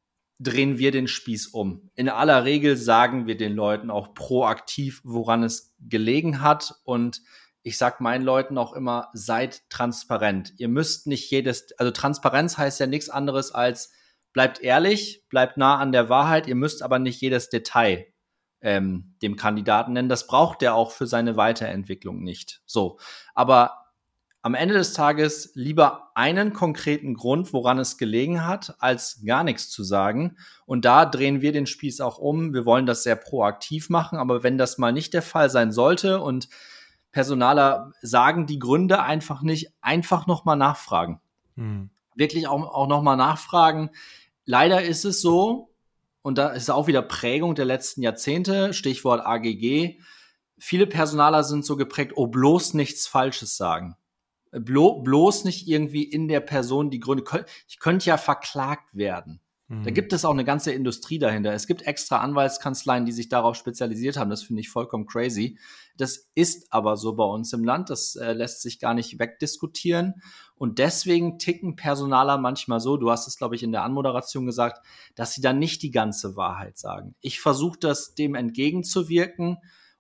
drehen wir den Spieß um. In aller Regel sagen wir den Leuten auch proaktiv, woran es gelegen hat. Und ich sage meinen Leuten auch immer, seid transparent. Ihr müsst nicht jedes, also Transparenz heißt ja nichts anderes als, bleibt ehrlich, bleibt nah an der Wahrheit. Ihr müsst aber nicht jedes Detail ähm, dem Kandidaten nennen. Das braucht er auch für seine Weiterentwicklung nicht. So, aber am Ende des Tages lieber einen konkreten Grund, woran es gelegen hat, als gar nichts zu sagen. Und da drehen wir den Spieß auch um. Wir wollen das sehr proaktiv machen, aber wenn das mal nicht der Fall sein sollte und Personaler sagen die Gründe einfach nicht, einfach nochmal nachfragen. Hm. Wirklich auch, auch nochmal nachfragen. Leider ist es so, und da ist auch wieder Prägung der letzten Jahrzehnte, Stichwort A G G, viele Personaler sind so geprägt, oh, bloß nichts Falsches sagen. Blo- bloß nicht irgendwie in der Person die Gründe. Ich könnte ja verklagt werden. Mhm. Da gibt es auch eine ganze Industrie dahinter. Es gibt extra Anwaltskanzleien, die sich darauf spezialisiert haben. Das finde ich vollkommen crazy. Das ist aber so bei uns im Land. Das äh, lässt sich gar nicht wegdiskutieren. Und deswegen ticken Personaler manchmal so, du hast es, glaube ich, in der Anmoderation gesagt, dass sie dann nicht die ganze Wahrheit sagen. Ich versuche das dem entgegenzuwirken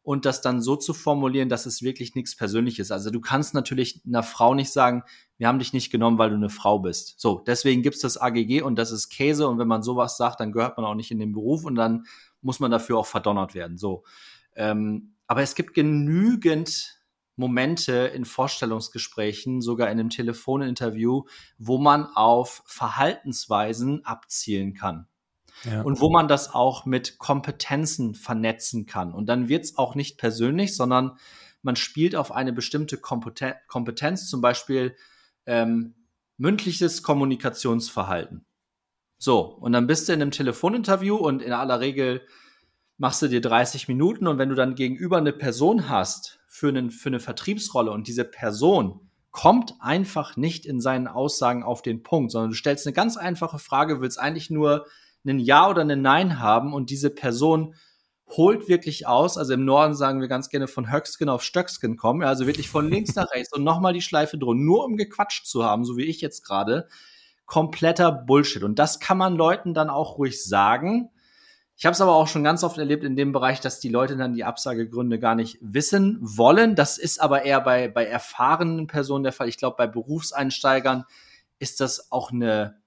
und das dann so zu formulieren, dass es wirklich nichts Persönliches ist. Also du kannst natürlich einer Frau nicht sagen, wir haben dich nicht genommen, weil du eine Frau bist. So, deswegen gibt's das A G G und das ist Käse und wenn man sowas sagt, dann gehört man auch nicht in den Beruf und dann muss man dafür auch verdonnert werden. So, ähm, aber es gibt genügend Momente in Vorstellungsgesprächen, sogar in einem Telefoninterview, wo man auf Verhaltensweisen abzielen kann. Ja. Und wo man das auch mit Kompetenzen vernetzen kann. Und dann wird's auch nicht persönlich, sondern man spielt auf eine bestimmte Kompeten- Kompetenz, zum Beispiel ähm, mündliches Kommunikationsverhalten. So, und dann bist du in einem Telefoninterview und in aller Regel machst du dir dreißig Minuten und wenn du dann gegenüber eine Person hast für, einen, für eine Vertriebsrolle und diese Person kommt einfach nicht in seinen Aussagen auf den Punkt, sondern du stellst eine ganz einfache Frage, willst eigentlich nur ein Ja oder ein Nein haben und diese Person holt wirklich aus, also im Norden sagen wir ganz gerne von Höcksken auf Stöcksken kommen, also wirklich von links nach rechts und nochmal die Schleife drum, nur um gequatscht zu haben, so wie ich jetzt gerade, kompletter Bullshit. Und das kann man Leuten dann auch ruhig sagen. Ich habe es aber auch schon ganz oft erlebt in dem Bereich, dass die Leute dann die Absagegründe gar nicht wissen wollen. Das ist aber eher bei, bei erfahrenen Personen der Fall. Ich glaube, bei Berufseinsteigern ist das auch eine,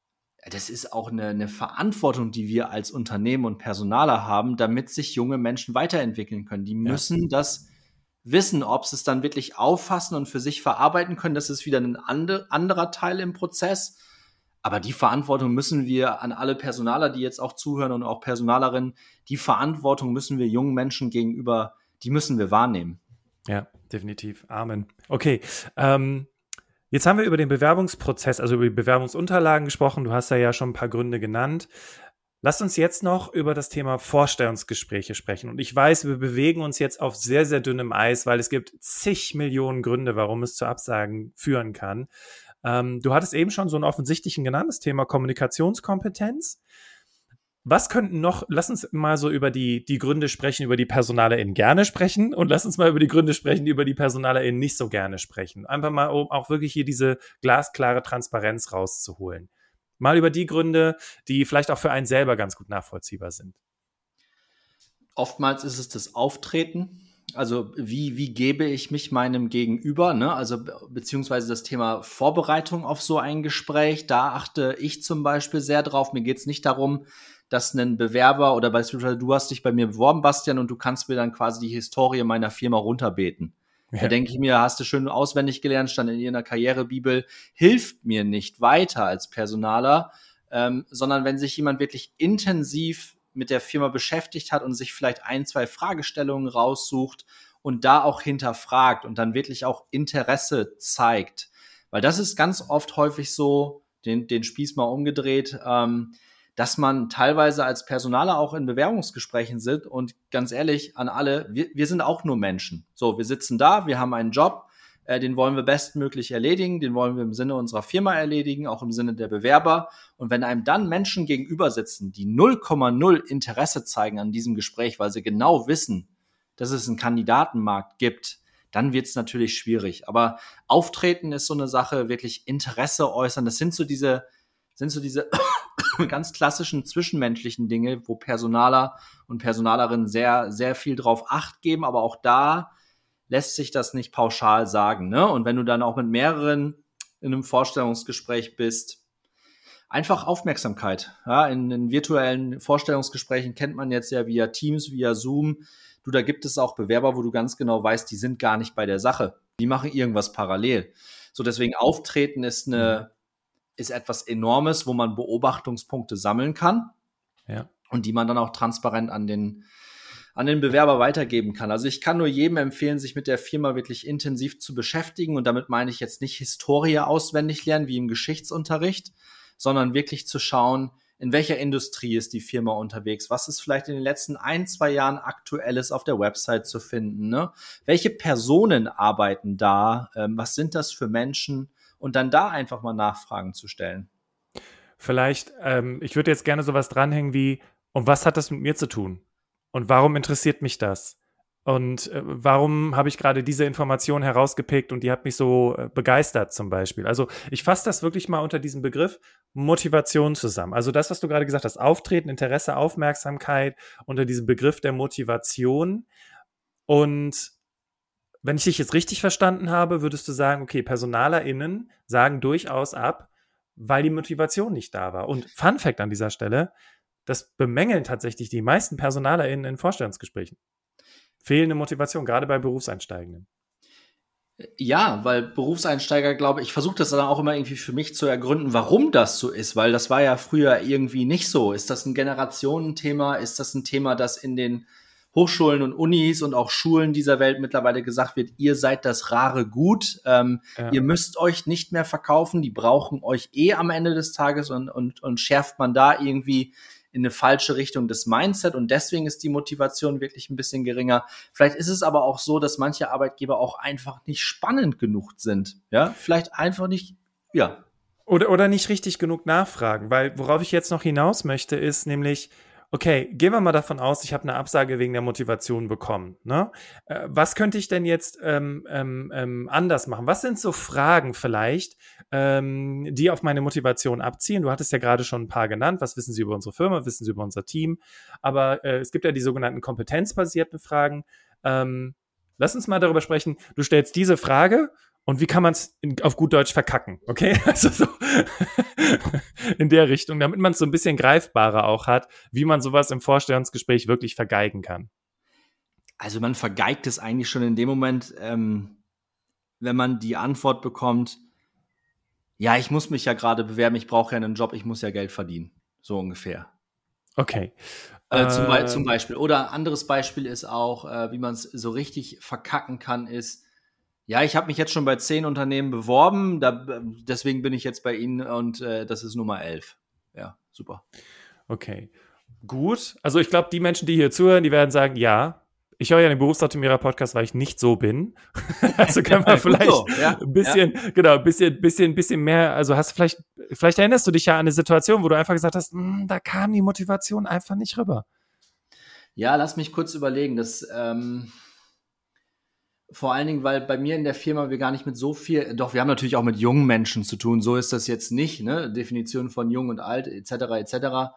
das ist auch eine, eine Verantwortung, die wir als Unternehmen und Personaler haben, damit sich junge Menschen weiterentwickeln können. Die müssen ja. das wissen, ob sie es dann wirklich auffassen und für sich verarbeiten können. Das ist wieder ein andre, anderer Teil im Prozess. Aber die Verantwortung müssen wir an alle Personaler, die jetzt auch zuhören und auch Personalerinnen, die Verantwortung müssen wir jungen Menschen gegenüber, die müssen wir wahrnehmen. Ja, definitiv. Amen. Okay, ähm, jetzt haben wir über den Bewerbungsprozess, also über die Bewerbungsunterlagen gesprochen. Du hast da ja schon ein paar Gründe genannt. Lasst uns jetzt noch über das Thema Vorstellungsgespräche sprechen. Und ich weiß, wir bewegen uns jetzt auf sehr, sehr dünnem Eis, weil es gibt zig Millionen Gründe, warum es zu Absagen führen kann. Ähm, du hattest eben schon so einen offensichtlichen genannt, das Thema Kommunikationskompetenz. Was könnten noch, lass uns mal so über die, die Gründe sprechen, über die PersonalerInnen gerne sprechen und lass uns mal über die Gründe sprechen, die über die PersonalerInnen nicht so gerne sprechen. Einfach mal, um auch wirklich hier diese glasklare Transparenz rauszuholen. Mal über die Gründe, die vielleicht auch für einen selber ganz gut nachvollziehbar sind. Oftmals ist es das Auftreten. Also wie, wie gebe ich mich meinem Gegenüber, ne? Also be- beziehungsweise das Thema Vorbereitung auf so ein Gespräch, da achte ich zum Beispiel sehr drauf. Mir geht es nicht darum, dass ein Bewerber oder beispielsweise du hast dich bei mir beworben, Bastian, und du kannst mir dann quasi die Historie meiner Firma runterbeten. Ja. Da denke ich mir, hast du schön auswendig gelernt, stand in ihrer Karrierebibel, hilft mir nicht weiter als Personaler, ähm, sondern wenn sich jemand wirklich intensiv mit der Firma beschäftigt hat und sich vielleicht ein, zwei Fragestellungen raussucht und da auch hinterfragt und dann wirklich auch Interesse zeigt. Weil das ist ganz oft häufig so, den, den Spieß mal umgedreht, ähm, dass man teilweise als Personaler auch in Bewerbungsgesprächen sitzt und ganz ehrlich an alle, wir, wir sind auch nur Menschen. So, wir sitzen da, wir haben einen Job, äh, den wollen wir bestmöglich erledigen, den wollen wir im Sinne unserer Firma erledigen, auch im Sinne der Bewerber. Und wenn einem dann Menschen gegenüber sitzen, die null Komma null Interesse zeigen an diesem Gespräch, weil sie genau wissen, dass es einen Kandidatenmarkt gibt, dann wird es natürlich schwierig. Aber Auftreten ist so eine Sache, wirklich Interesse äußern, das sind so diese, sind so diese ganz klassischen zwischenmenschlichen Dinge, wo Personaler und Personalerinnen sehr, sehr viel drauf Acht geben, aber auch da lässt sich das nicht pauschal sagen, ne? Und wenn du dann auch mit mehreren in einem Vorstellungsgespräch bist, einfach Aufmerksamkeit. Ja, in, in virtuellen Vorstellungsgesprächen kennt man jetzt ja via Teams, via Zoom. Du, da gibt es auch Bewerber, wo du ganz genau weißt, die sind gar nicht bei der Sache. Die machen irgendwas parallel. So, deswegen Auftreten ist eine, ist etwas Enormes, wo man Beobachtungspunkte sammeln kann. Ja. Und die man dann auch transparent an den an den Bewerber weitergeben kann. Also ich kann nur jedem empfehlen, sich mit der Firma wirklich intensiv zu beschäftigen. Und damit meine ich jetzt nicht Historie auswendig lernen, wie im Geschichtsunterricht, sondern wirklich zu schauen, in welcher Industrie ist die Firma unterwegs? Was ist vielleicht in den letzten ein, zwei Jahren Aktuelles auf der Website zu finden? Ne? Welche Personen arbeiten da? Ähm, was sind das für Menschen? Und dann da einfach mal Nachfragen zu stellen. Vielleicht, ähm, ich würde jetzt gerne sowas dranhängen wie, und was hat das mit mir zu tun? Und warum interessiert mich das? Und äh, warum habe ich gerade diese Information herausgepickt und die hat mich so äh, begeistert zum Beispiel? Also ich fasse das wirklich mal unter diesem Begriff Motivation zusammen. Also das, was du gerade gesagt hast, Auftreten, Interesse, Aufmerksamkeit unter diesem Begriff der Motivation. Und wenn ich dich jetzt richtig verstanden habe, würdest du sagen, okay, PersonalerInnen sagen durchaus ab, weil die Motivation nicht da war. Und Fun Fact an dieser Stelle, das bemängeln tatsächlich die meisten PersonalerInnen in Vorstellungsgesprächen. Fehlende Motivation, gerade bei Berufseinsteigenden. Ja, weil Berufseinsteiger, glaube ich, ich versuche das dann auch immer irgendwie für mich zu ergründen, warum das so ist, weil das war ja früher irgendwie nicht so. Ist das ein Generationenthema? Ist das ein Thema, das in den Hochschulen und Unis und auch Schulen dieser Welt mittlerweile gesagt wird, ihr seid das rare Gut, ähm, ja. Ihr müsst euch nicht mehr verkaufen, die brauchen euch eh am Ende des Tages und, und, und schärft man da irgendwie in eine falsche Richtung des Mindset und deswegen ist die Motivation wirklich ein bisschen geringer. Vielleicht ist es aber auch so, dass manche Arbeitgeber auch einfach nicht spannend genug sind, ja, vielleicht einfach nicht, ja. Oder, oder nicht richtig genug nachfragen, weil worauf ich jetzt noch hinaus möchte, ist nämlich, okay, gehen wir mal davon aus, ich habe eine Absage wegen der Motivation bekommen. Ne? Äh, was könnte ich denn jetzt ähm, ähm, ähm, anders machen? Was sind so Fragen vielleicht, ähm, die auf meine Motivation abzielen? Du hattest ja gerade schon ein paar genannt. Was wissen Sie über unsere Firma? Wissen Sie über unser Team? Aber äh, es gibt ja die sogenannten kompetenzbasierten Fragen. Ähm, lass uns mal darüber sprechen. Du stellst diese Frage und wie kann man es auf gut Deutsch verkacken, okay? Also so in der Richtung, damit man es so ein bisschen greifbarer auch hat, wie man sowas im Vorstellungsgespräch wirklich vergeigen kann. Also man vergeigt es eigentlich schon in dem Moment, ähm, wenn man die Antwort bekommt, ja, ich muss mich ja gerade bewerben, ich brauche ja einen Job, ich muss ja Geld verdienen. So ungefähr. Okay. Äh, zum, Be- zum Beispiel. Oder ein anderes Beispiel ist auch, äh, wie man es so richtig verkacken kann, ist, ja, ich habe mich jetzt schon bei zehn Unternehmen beworben, da, deswegen bin ich jetzt bei Ihnen und äh, das ist Nummer elf. Ja, super. Okay, gut. Also ich glaube, die Menschen, die hier zuhören, die werden sagen, ja, ich höre ja den Berufsoptimierer-Podcast, weil ich nicht so bin. Also können wir vielleicht so, ja, ein bisschen, ja. genau, ein bisschen, bisschen, bisschen mehr, also hast vielleicht, vielleicht erinnerst du dich ja an eine Situation, wo du einfach gesagt hast, da kam die Motivation einfach nicht rüber. Ja, lass mich kurz überlegen, das, ähm vor allen Dingen, weil bei mir in der Firma wir gar nicht mit so viel, doch wir haben natürlich auch mit jungen Menschen zu tun, so ist das jetzt nicht, ne? Definition von jung und alt, et cetera, et cetera.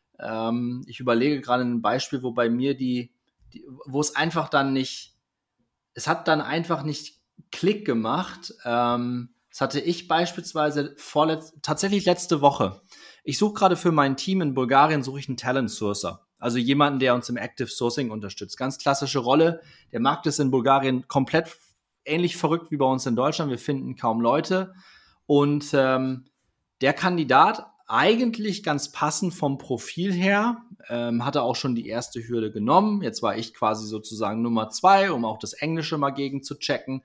Ähm, ich überlege gerade ein Beispiel, wo bei mir die, die, wo es einfach dann nicht, es hat dann einfach nicht Klick gemacht. Ähm, das hatte ich beispielsweise vorletz, tatsächlich letzte Woche. Ich suche gerade für mein Team in Bulgarien, suche ich einen Talent Sourcer. Also jemanden, der uns im Active Sourcing unterstützt. Ganz klassische Rolle. Der Markt ist in Bulgarien komplett ähnlich verrückt wie bei uns in Deutschland. Wir finden kaum Leute. Und ähm, der Kandidat, eigentlich ganz passend vom Profil her, ähm, hatte auch schon die erste Hürde genommen. Jetzt war ich quasi sozusagen Nummer zwei, um auch das Englische mal gegen zu checken.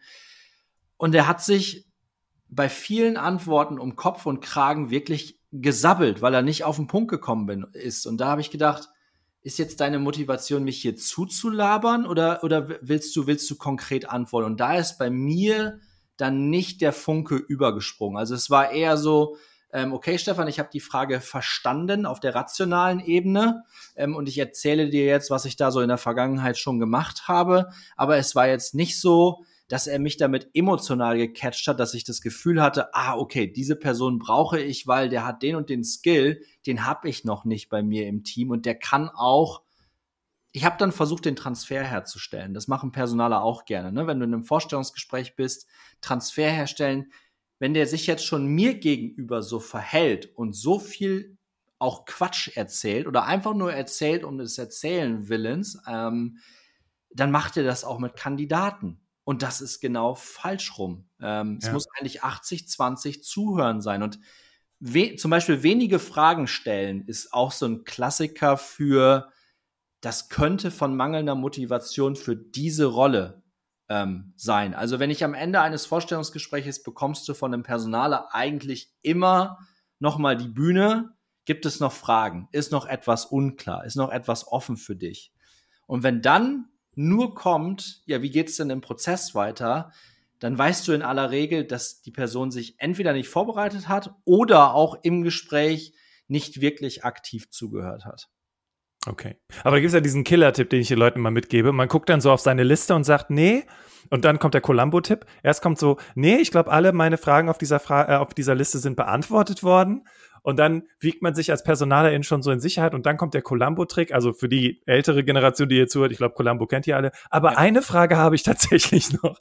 Und er hat sich bei vielen Antworten um Kopf und Kragen wirklich gesabbelt, weil er nicht auf den Punkt gekommen bin, ist. Und da habe ich gedacht, ist jetzt deine Motivation, mich hier zuzulabern oder, oder willst du, willst du konkret antworten? Und da ist bei mir dann nicht der Funke übergesprungen. Also es war eher so, ähm, okay, Stefan, ich habe die Frage verstanden auf der rationalen Ebene ähm, und ich erzähle dir jetzt, was ich da so in der Vergangenheit schon gemacht habe. Aber es war jetzt nicht so, dass er mich damit emotional gecatcht hat, dass ich das Gefühl hatte, ah, okay, diese Person brauche ich, weil der hat den und den Skill, den habe ich noch nicht bei mir im Team und der kann auch, ich habe dann versucht, den Transfer herzustellen. Das machen Personaler auch gerne, ne? Wenn du in einem Vorstellungsgespräch bist, Transfer herstellen, wenn der sich jetzt schon mir gegenüber so verhält und so viel auch Quatsch erzählt oder einfach nur erzählt um des Erzählen Willens, ähm, dann macht er das auch mit Kandidaten. Und das ist genau falsch rum. Ähm, ja. Es muss eigentlich achtzig zwanzig Zuhören sein. Und we- zum Beispiel wenige Fragen stellen ist auch so ein Klassiker für, das könnte von mangelnder Motivation für diese Rolle ähm, sein. Also wenn ich am Ende eines Vorstellungsgesprächs bekommst du von einem Personaler eigentlich immer noch mal die Bühne, gibt es noch Fragen? Ist noch etwas unklar? Ist noch etwas offen für dich? Und wenn dann nur kommt, ja, wie geht's denn im Prozess weiter, dann weißt du in aller Regel, dass die Person sich entweder nicht vorbereitet hat oder auch im Gespräch nicht wirklich aktiv zugehört hat. Okay. Aber da gibt es ja diesen Killer-Tipp, den ich den Leuten mal mitgebe. Man guckt dann so auf seine Liste und sagt, nee. Und dann kommt der Columbo-Tipp. Erst kommt so, nee, ich glaube, alle meine Fragen auf dieser, Fra- äh, auf dieser Liste sind beantwortet worden. Und dann wiegt man sich als Personalerin schon so in Sicherheit und dann kommt der Columbo-Trick, also für die ältere Generation, die hier zuhört, ich glaube, Columbo kennt ihr alle. Aber ja. Eine Frage habe ich tatsächlich noch.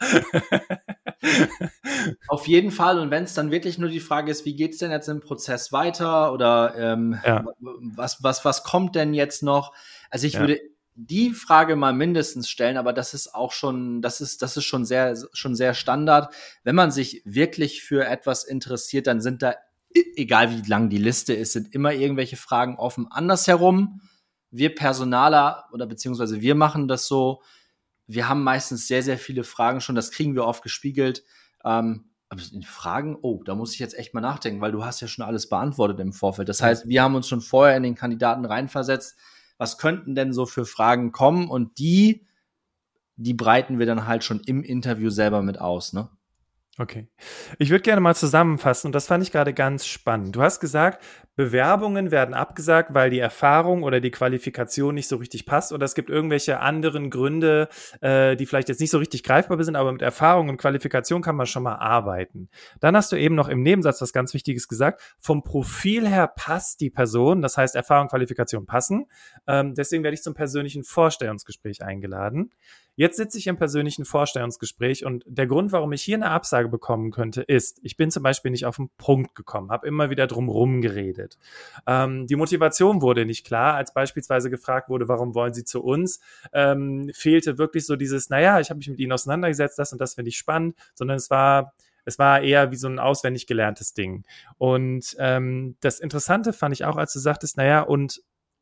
Auf jeden Fall. Und wenn es dann wirklich nur die Frage ist, wie geht es denn jetzt im Prozess weiter oder ähm, ja. was, was, was kommt denn jetzt noch? Also ich ja. würde die Frage mal mindestens stellen, aber das ist auch schon, das ist, das ist schon sehr, schon sehr Standard. Wenn man sich wirklich für etwas interessiert, dann sind da, egal wie lang die Liste ist, sind immer irgendwelche Fragen offen. Andersherum, wir Personaler oder beziehungsweise wir machen das so, wir haben meistens sehr, sehr viele Fragen schon, das kriegen wir oft gespiegelt. Ähm, aber in Fragen, oh, da muss ich jetzt echt mal nachdenken, weil du hast ja schon alles beantwortet im Vorfeld. Das heißt, wir haben uns schon vorher in den Kandidaten reinversetzt, was könnten denn so für Fragen kommen? Und die, die breiten wir dann halt schon im Interview selber mit aus, ne? Okay. Ich würde gerne mal zusammenfassen und das fand ich gerade ganz spannend. Du hast gesagt, Bewerbungen werden abgesagt, weil die Erfahrung oder die Qualifikation nicht so richtig passt oder es gibt irgendwelche anderen Gründe, äh, die vielleicht jetzt nicht so richtig greifbar sind, aber mit Erfahrung und Qualifikation kann man schon mal arbeiten. Dann hast du eben noch im Nebensatz was ganz Wichtiges gesagt. Vom Profil her passt die Person, das heißt Erfahrung und Qualifikation passen. Ähm, deswegen werde ich zum persönlichen Vorstellungsgespräch eingeladen. Jetzt sitze ich im persönlichen Vorstellungsgespräch und der Grund, warum ich hier eine Absage bekommen könnte, ist, ich bin zum Beispiel nicht auf den Punkt gekommen, habe immer wieder drumherum geredet. Ähm, die Motivation wurde nicht klar, als beispielsweise gefragt wurde, warum wollen Sie zu uns, ähm, fehlte wirklich so dieses, naja, ich habe mich mit Ihnen auseinandergesetzt, das und das finde ich spannend, sondern es war Es war eher wie so ein auswendig gelerntes Ding. Und ähm, das Interessante fand ich auch, als du sagtest, naja, und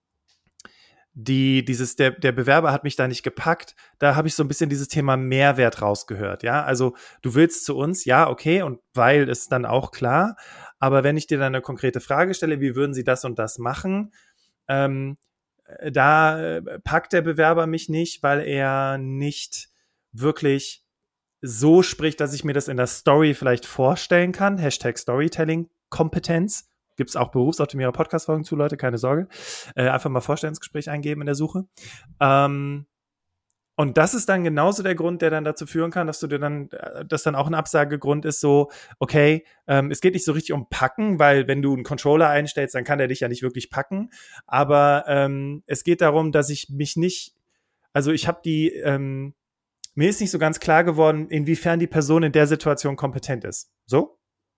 die, dieses, der, der Bewerber hat mich da nicht gepackt, da habe ich so ein bisschen dieses Thema Mehrwert rausgehört, ja, also du willst zu uns, ja, okay, und weil ist dann auch klar, aber wenn ich dir dann eine konkrete Frage stelle, wie würden Sie das und das machen, ähm, da packt der Bewerber mich nicht, weil er nicht wirklich so spricht, dass ich mir das in der Story vielleicht vorstellen kann, Hashtag Storytelling-Kompetenz. Gibt es auch Berufsoptimierer Podcast-Folgen zu, Leute, keine Sorge. Äh, einfach mal Vorstellungsgespräch eingeben in der Suche. Ähm, und das ist dann genauso der Grund, der dann dazu führen kann, dass du dir dann, dass dann auch ein Absagegrund ist, so, okay, ähm, es geht nicht so richtig um Packen, weil wenn du einen Controller einstellst, dann kann der dich ja nicht wirklich packen. Aber ähm, es geht darum, dass ich mich nicht, also ich habe die, ähm, mir ist nicht so ganz klar geworden, inwiefern die Person in der Situation kompetent ist. So?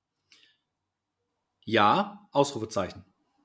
Ja, Ausrufezeichen.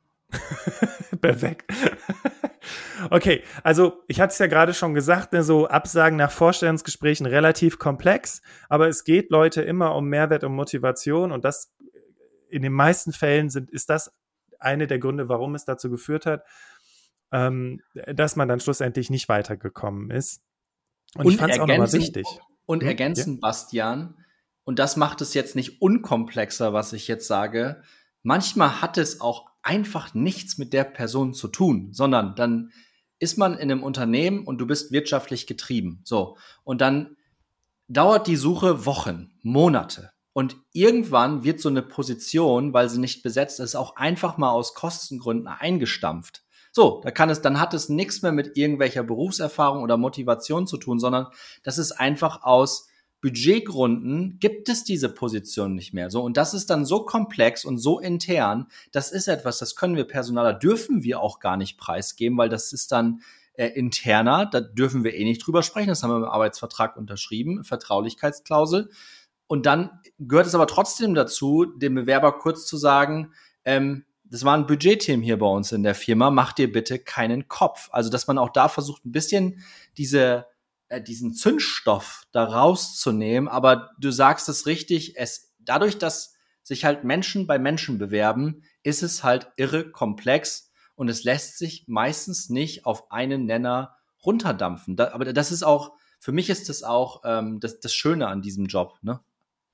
Perfekt. Okay, also ich hatte es ja gerade schon gesagt, ne, so Absagen nach Vorstellungsgesprächen relativ komplex, aber es geht, Leute, immer um Mehrwert und Motivation und das in den meisten Fällen sind, ist das eine der Gründe, warum es dazu geführt hat, ähm, dass man dann schlussendlich nicht weitergekommen ist. Und, und ich fand es auch nochmal wichtig. Und hm? ergänzend, ja? Bastian, und das macht es jetzt nicht unkomplexer, was ich jetzt sage, manchmal hat es auch einfach nichts mit der Person zu tun, sondern dann ist man in einem Unternehmen und du bist wirtschaftlich getrieben. So. Und dann dauert die Suche Wochen, Monate. Und irgendwann wird so eine Position, weil sie nicht besetzt ist, auch einfach mal aus Kostengründen eingestampft. So, da kann es, dann hat es nichts mehr mit irgendwelcher Berufserfahrung oder Motivation zu tun, sondern das ist einfach aus Budgetgründen gibt es diese Position nicht mehr. So, und das ist dann so komplex und so intern, das ist etwas, das können wir Personaler, dürfen wir auch gar nicht preisgeben, weil das ist dann äh, interner, da dürfen wir eh nicht drüber sprechen, das haben wir im Arbeitsvertrag unterschrieben, Vertraulichkeitsklausel. Und dann gehört es aber trotzdem dazu, dem Bewerber kurz zu sagen, ähm, das war ein Budgetteam hier bei uns in der Firma, mach dir bitte keinen Kopf. Also, dass man auch da versucht, ein bisschen diese diesen Zündstoff da rauszunehmen, aber du sagst es richtig, es dadurch, dass sich halt Menschen bei Menschen bewerben, ist es halt irre komplex und es lässt sich meistens nicht auf einen Nenner runterdampfen. Da, aber das ist auch, für mich ist das auch ähm, das, das Schöne an diesem Job, ne?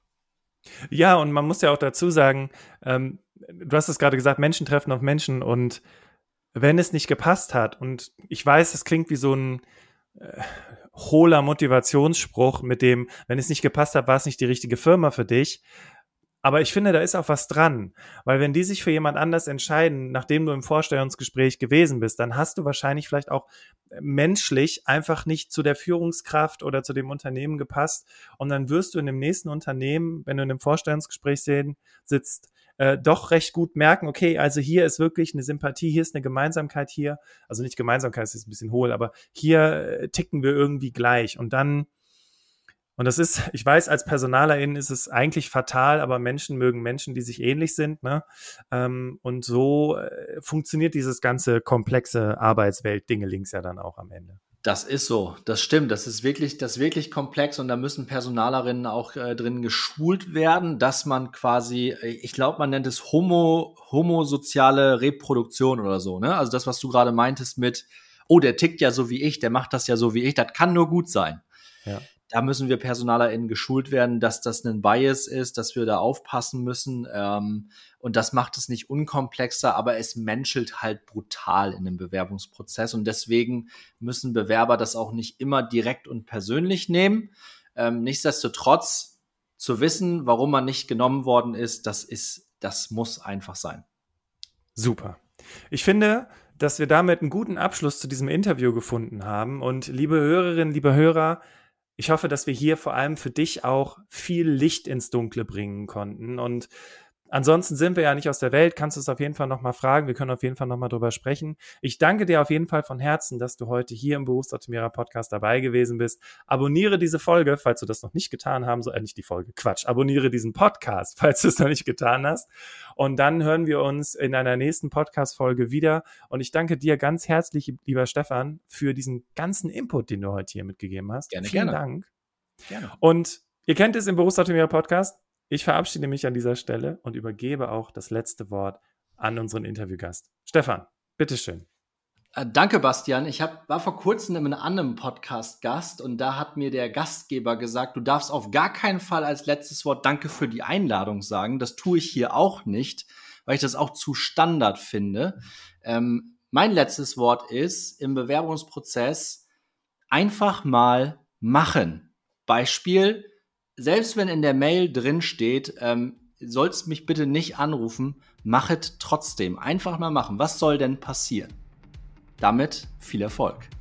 Ja, und man muss ja auch dazu sagen, ähm, du hast es gerade gesagt, Menschen treffen auf Menschen und wenn es nicht gepasst hat und ich weiß, es klingt wie so ein äh, hohler Motivationsspruch mit dem, wenn es nicht gepasst hat, war es nicht die richtige Firma für dich. Aber ich finde, da ist auch was dran. Weil wenn die sich für jemand anders entscheiden, nachdem du im Vorstellungsgespräch gewesen bist, dann hast du wahrscheinlich vielleicht auch menschlich einfach nicht zu der Führungskraft oder zu dem Unternehmen gepasst. Und dann wirst du in dem nächsten Unternehmen, wenn du in einem Vorstellungsgespräch sehen, sitzt, äh, doch recht gut merken, okay, also hier ist wirklich eine Sympathie, hier ist eine Gemeinsamkeit hier, also nicht Gemeinsamkeit, das ist ein bisschen hohl, aber hier äh, ticken wir irgendwie gleich und dann, und das ist, ich weiß, als PersonalerInnen ist es eigentlich fatal, aber Menschen mögen Menschen, die sich ähnlich sind, ne? Ähm, und so äh, funktioniert dieses ganze komplexe Arbeitswelt-Dingelinks ja dann auch am Ende. Das ist so, das stimmt. Das ist wirklich, das ist wirklich komplex und da müssen Personalerinnen auch äh, drin geschult werden, dass man quasi, ich glaube, man nennt es Homo, homosoziale Reproduktion oder so, ne? Also das, was du gerade meintest mit, oh, der tickt ja so wie ich, der macht das ja so wie ich, das kann nur gut sein. Ja. Da müssen wir PersonalerInnen geschult werden, dass das ein Bias ist, dass wir da aufpassen müssen. Ähm, und das macht es nicht unkomplexer, aber es menschelt halt brutal in dem Bewerbungsprozess. Und deswegen müssen Bewerber das auch nicht immer direkt und persönlich nehmen. Ähm, nichtsdestotrotz zu wissen, warum man nicht genommen worden ist, das ist, das muss einfach sein. Super. Ich finde, dass wir damit einen guten Abschluss zu diesem Interview gefunden haben. Und liebe Hörerinnen, liebe Hörer, ich hoffe, dass wir hier vor allem für dich auch viel Licht ins Dunkle bringen konnten. Und ansonsten sind wir ja nicht aus der Welt, kannst du es auf jeden Fall nochmal fragen. Wir können auf jeden Fall nochmal drüber sprechen. Ich danke dir auf jeden Fall von Herzen, dass du heute hier im Berufsoptimierer Podcast dabei gewesen bist. Abonniere diese Folge, falls du das noch nicht getan haben, so äh, nicht die Folge, Quatsch. Abonniere diesen Podcast, falls du es noch nicht getan hast. Und dann hören wir uns in einer nächsten Podcast-Folge wieder. Und ich danke dir ganz herzlich, lieber Stefan, für diesen ganzen Input, den du heute hier mitgegeben hast. Gerne, Vielen gerne. Dank. Gerne. Und ihr kennt es im Berufsoptimierer Podcast. Ich verabschiede mich an dieser Stelle und übergebe auch das letzte Wort an unseren Interviewgast. Stefan, bitteschön. Äh, danke, Bastian. Ich hab, war vor kurzem in einem anderen Podcast Gast und da hat mir der Gastgeber gesagt, du darfst auf gar keinen Fall als letztes Wort Danke für die Einladung sagen. Das tue ich hier auch nicht, weil ich das auch zu Standard finde. Ähm, mein letztes Wort ist im Bewerbungsprozess einfach mal machen. Beispiel, selbst wenn in der Mail drin steht, ähm, sollst mich bitte nicht anrufen, machet trotzdem. Einfach mal machen. Was soll denn passieren? Damit viel Erfolg.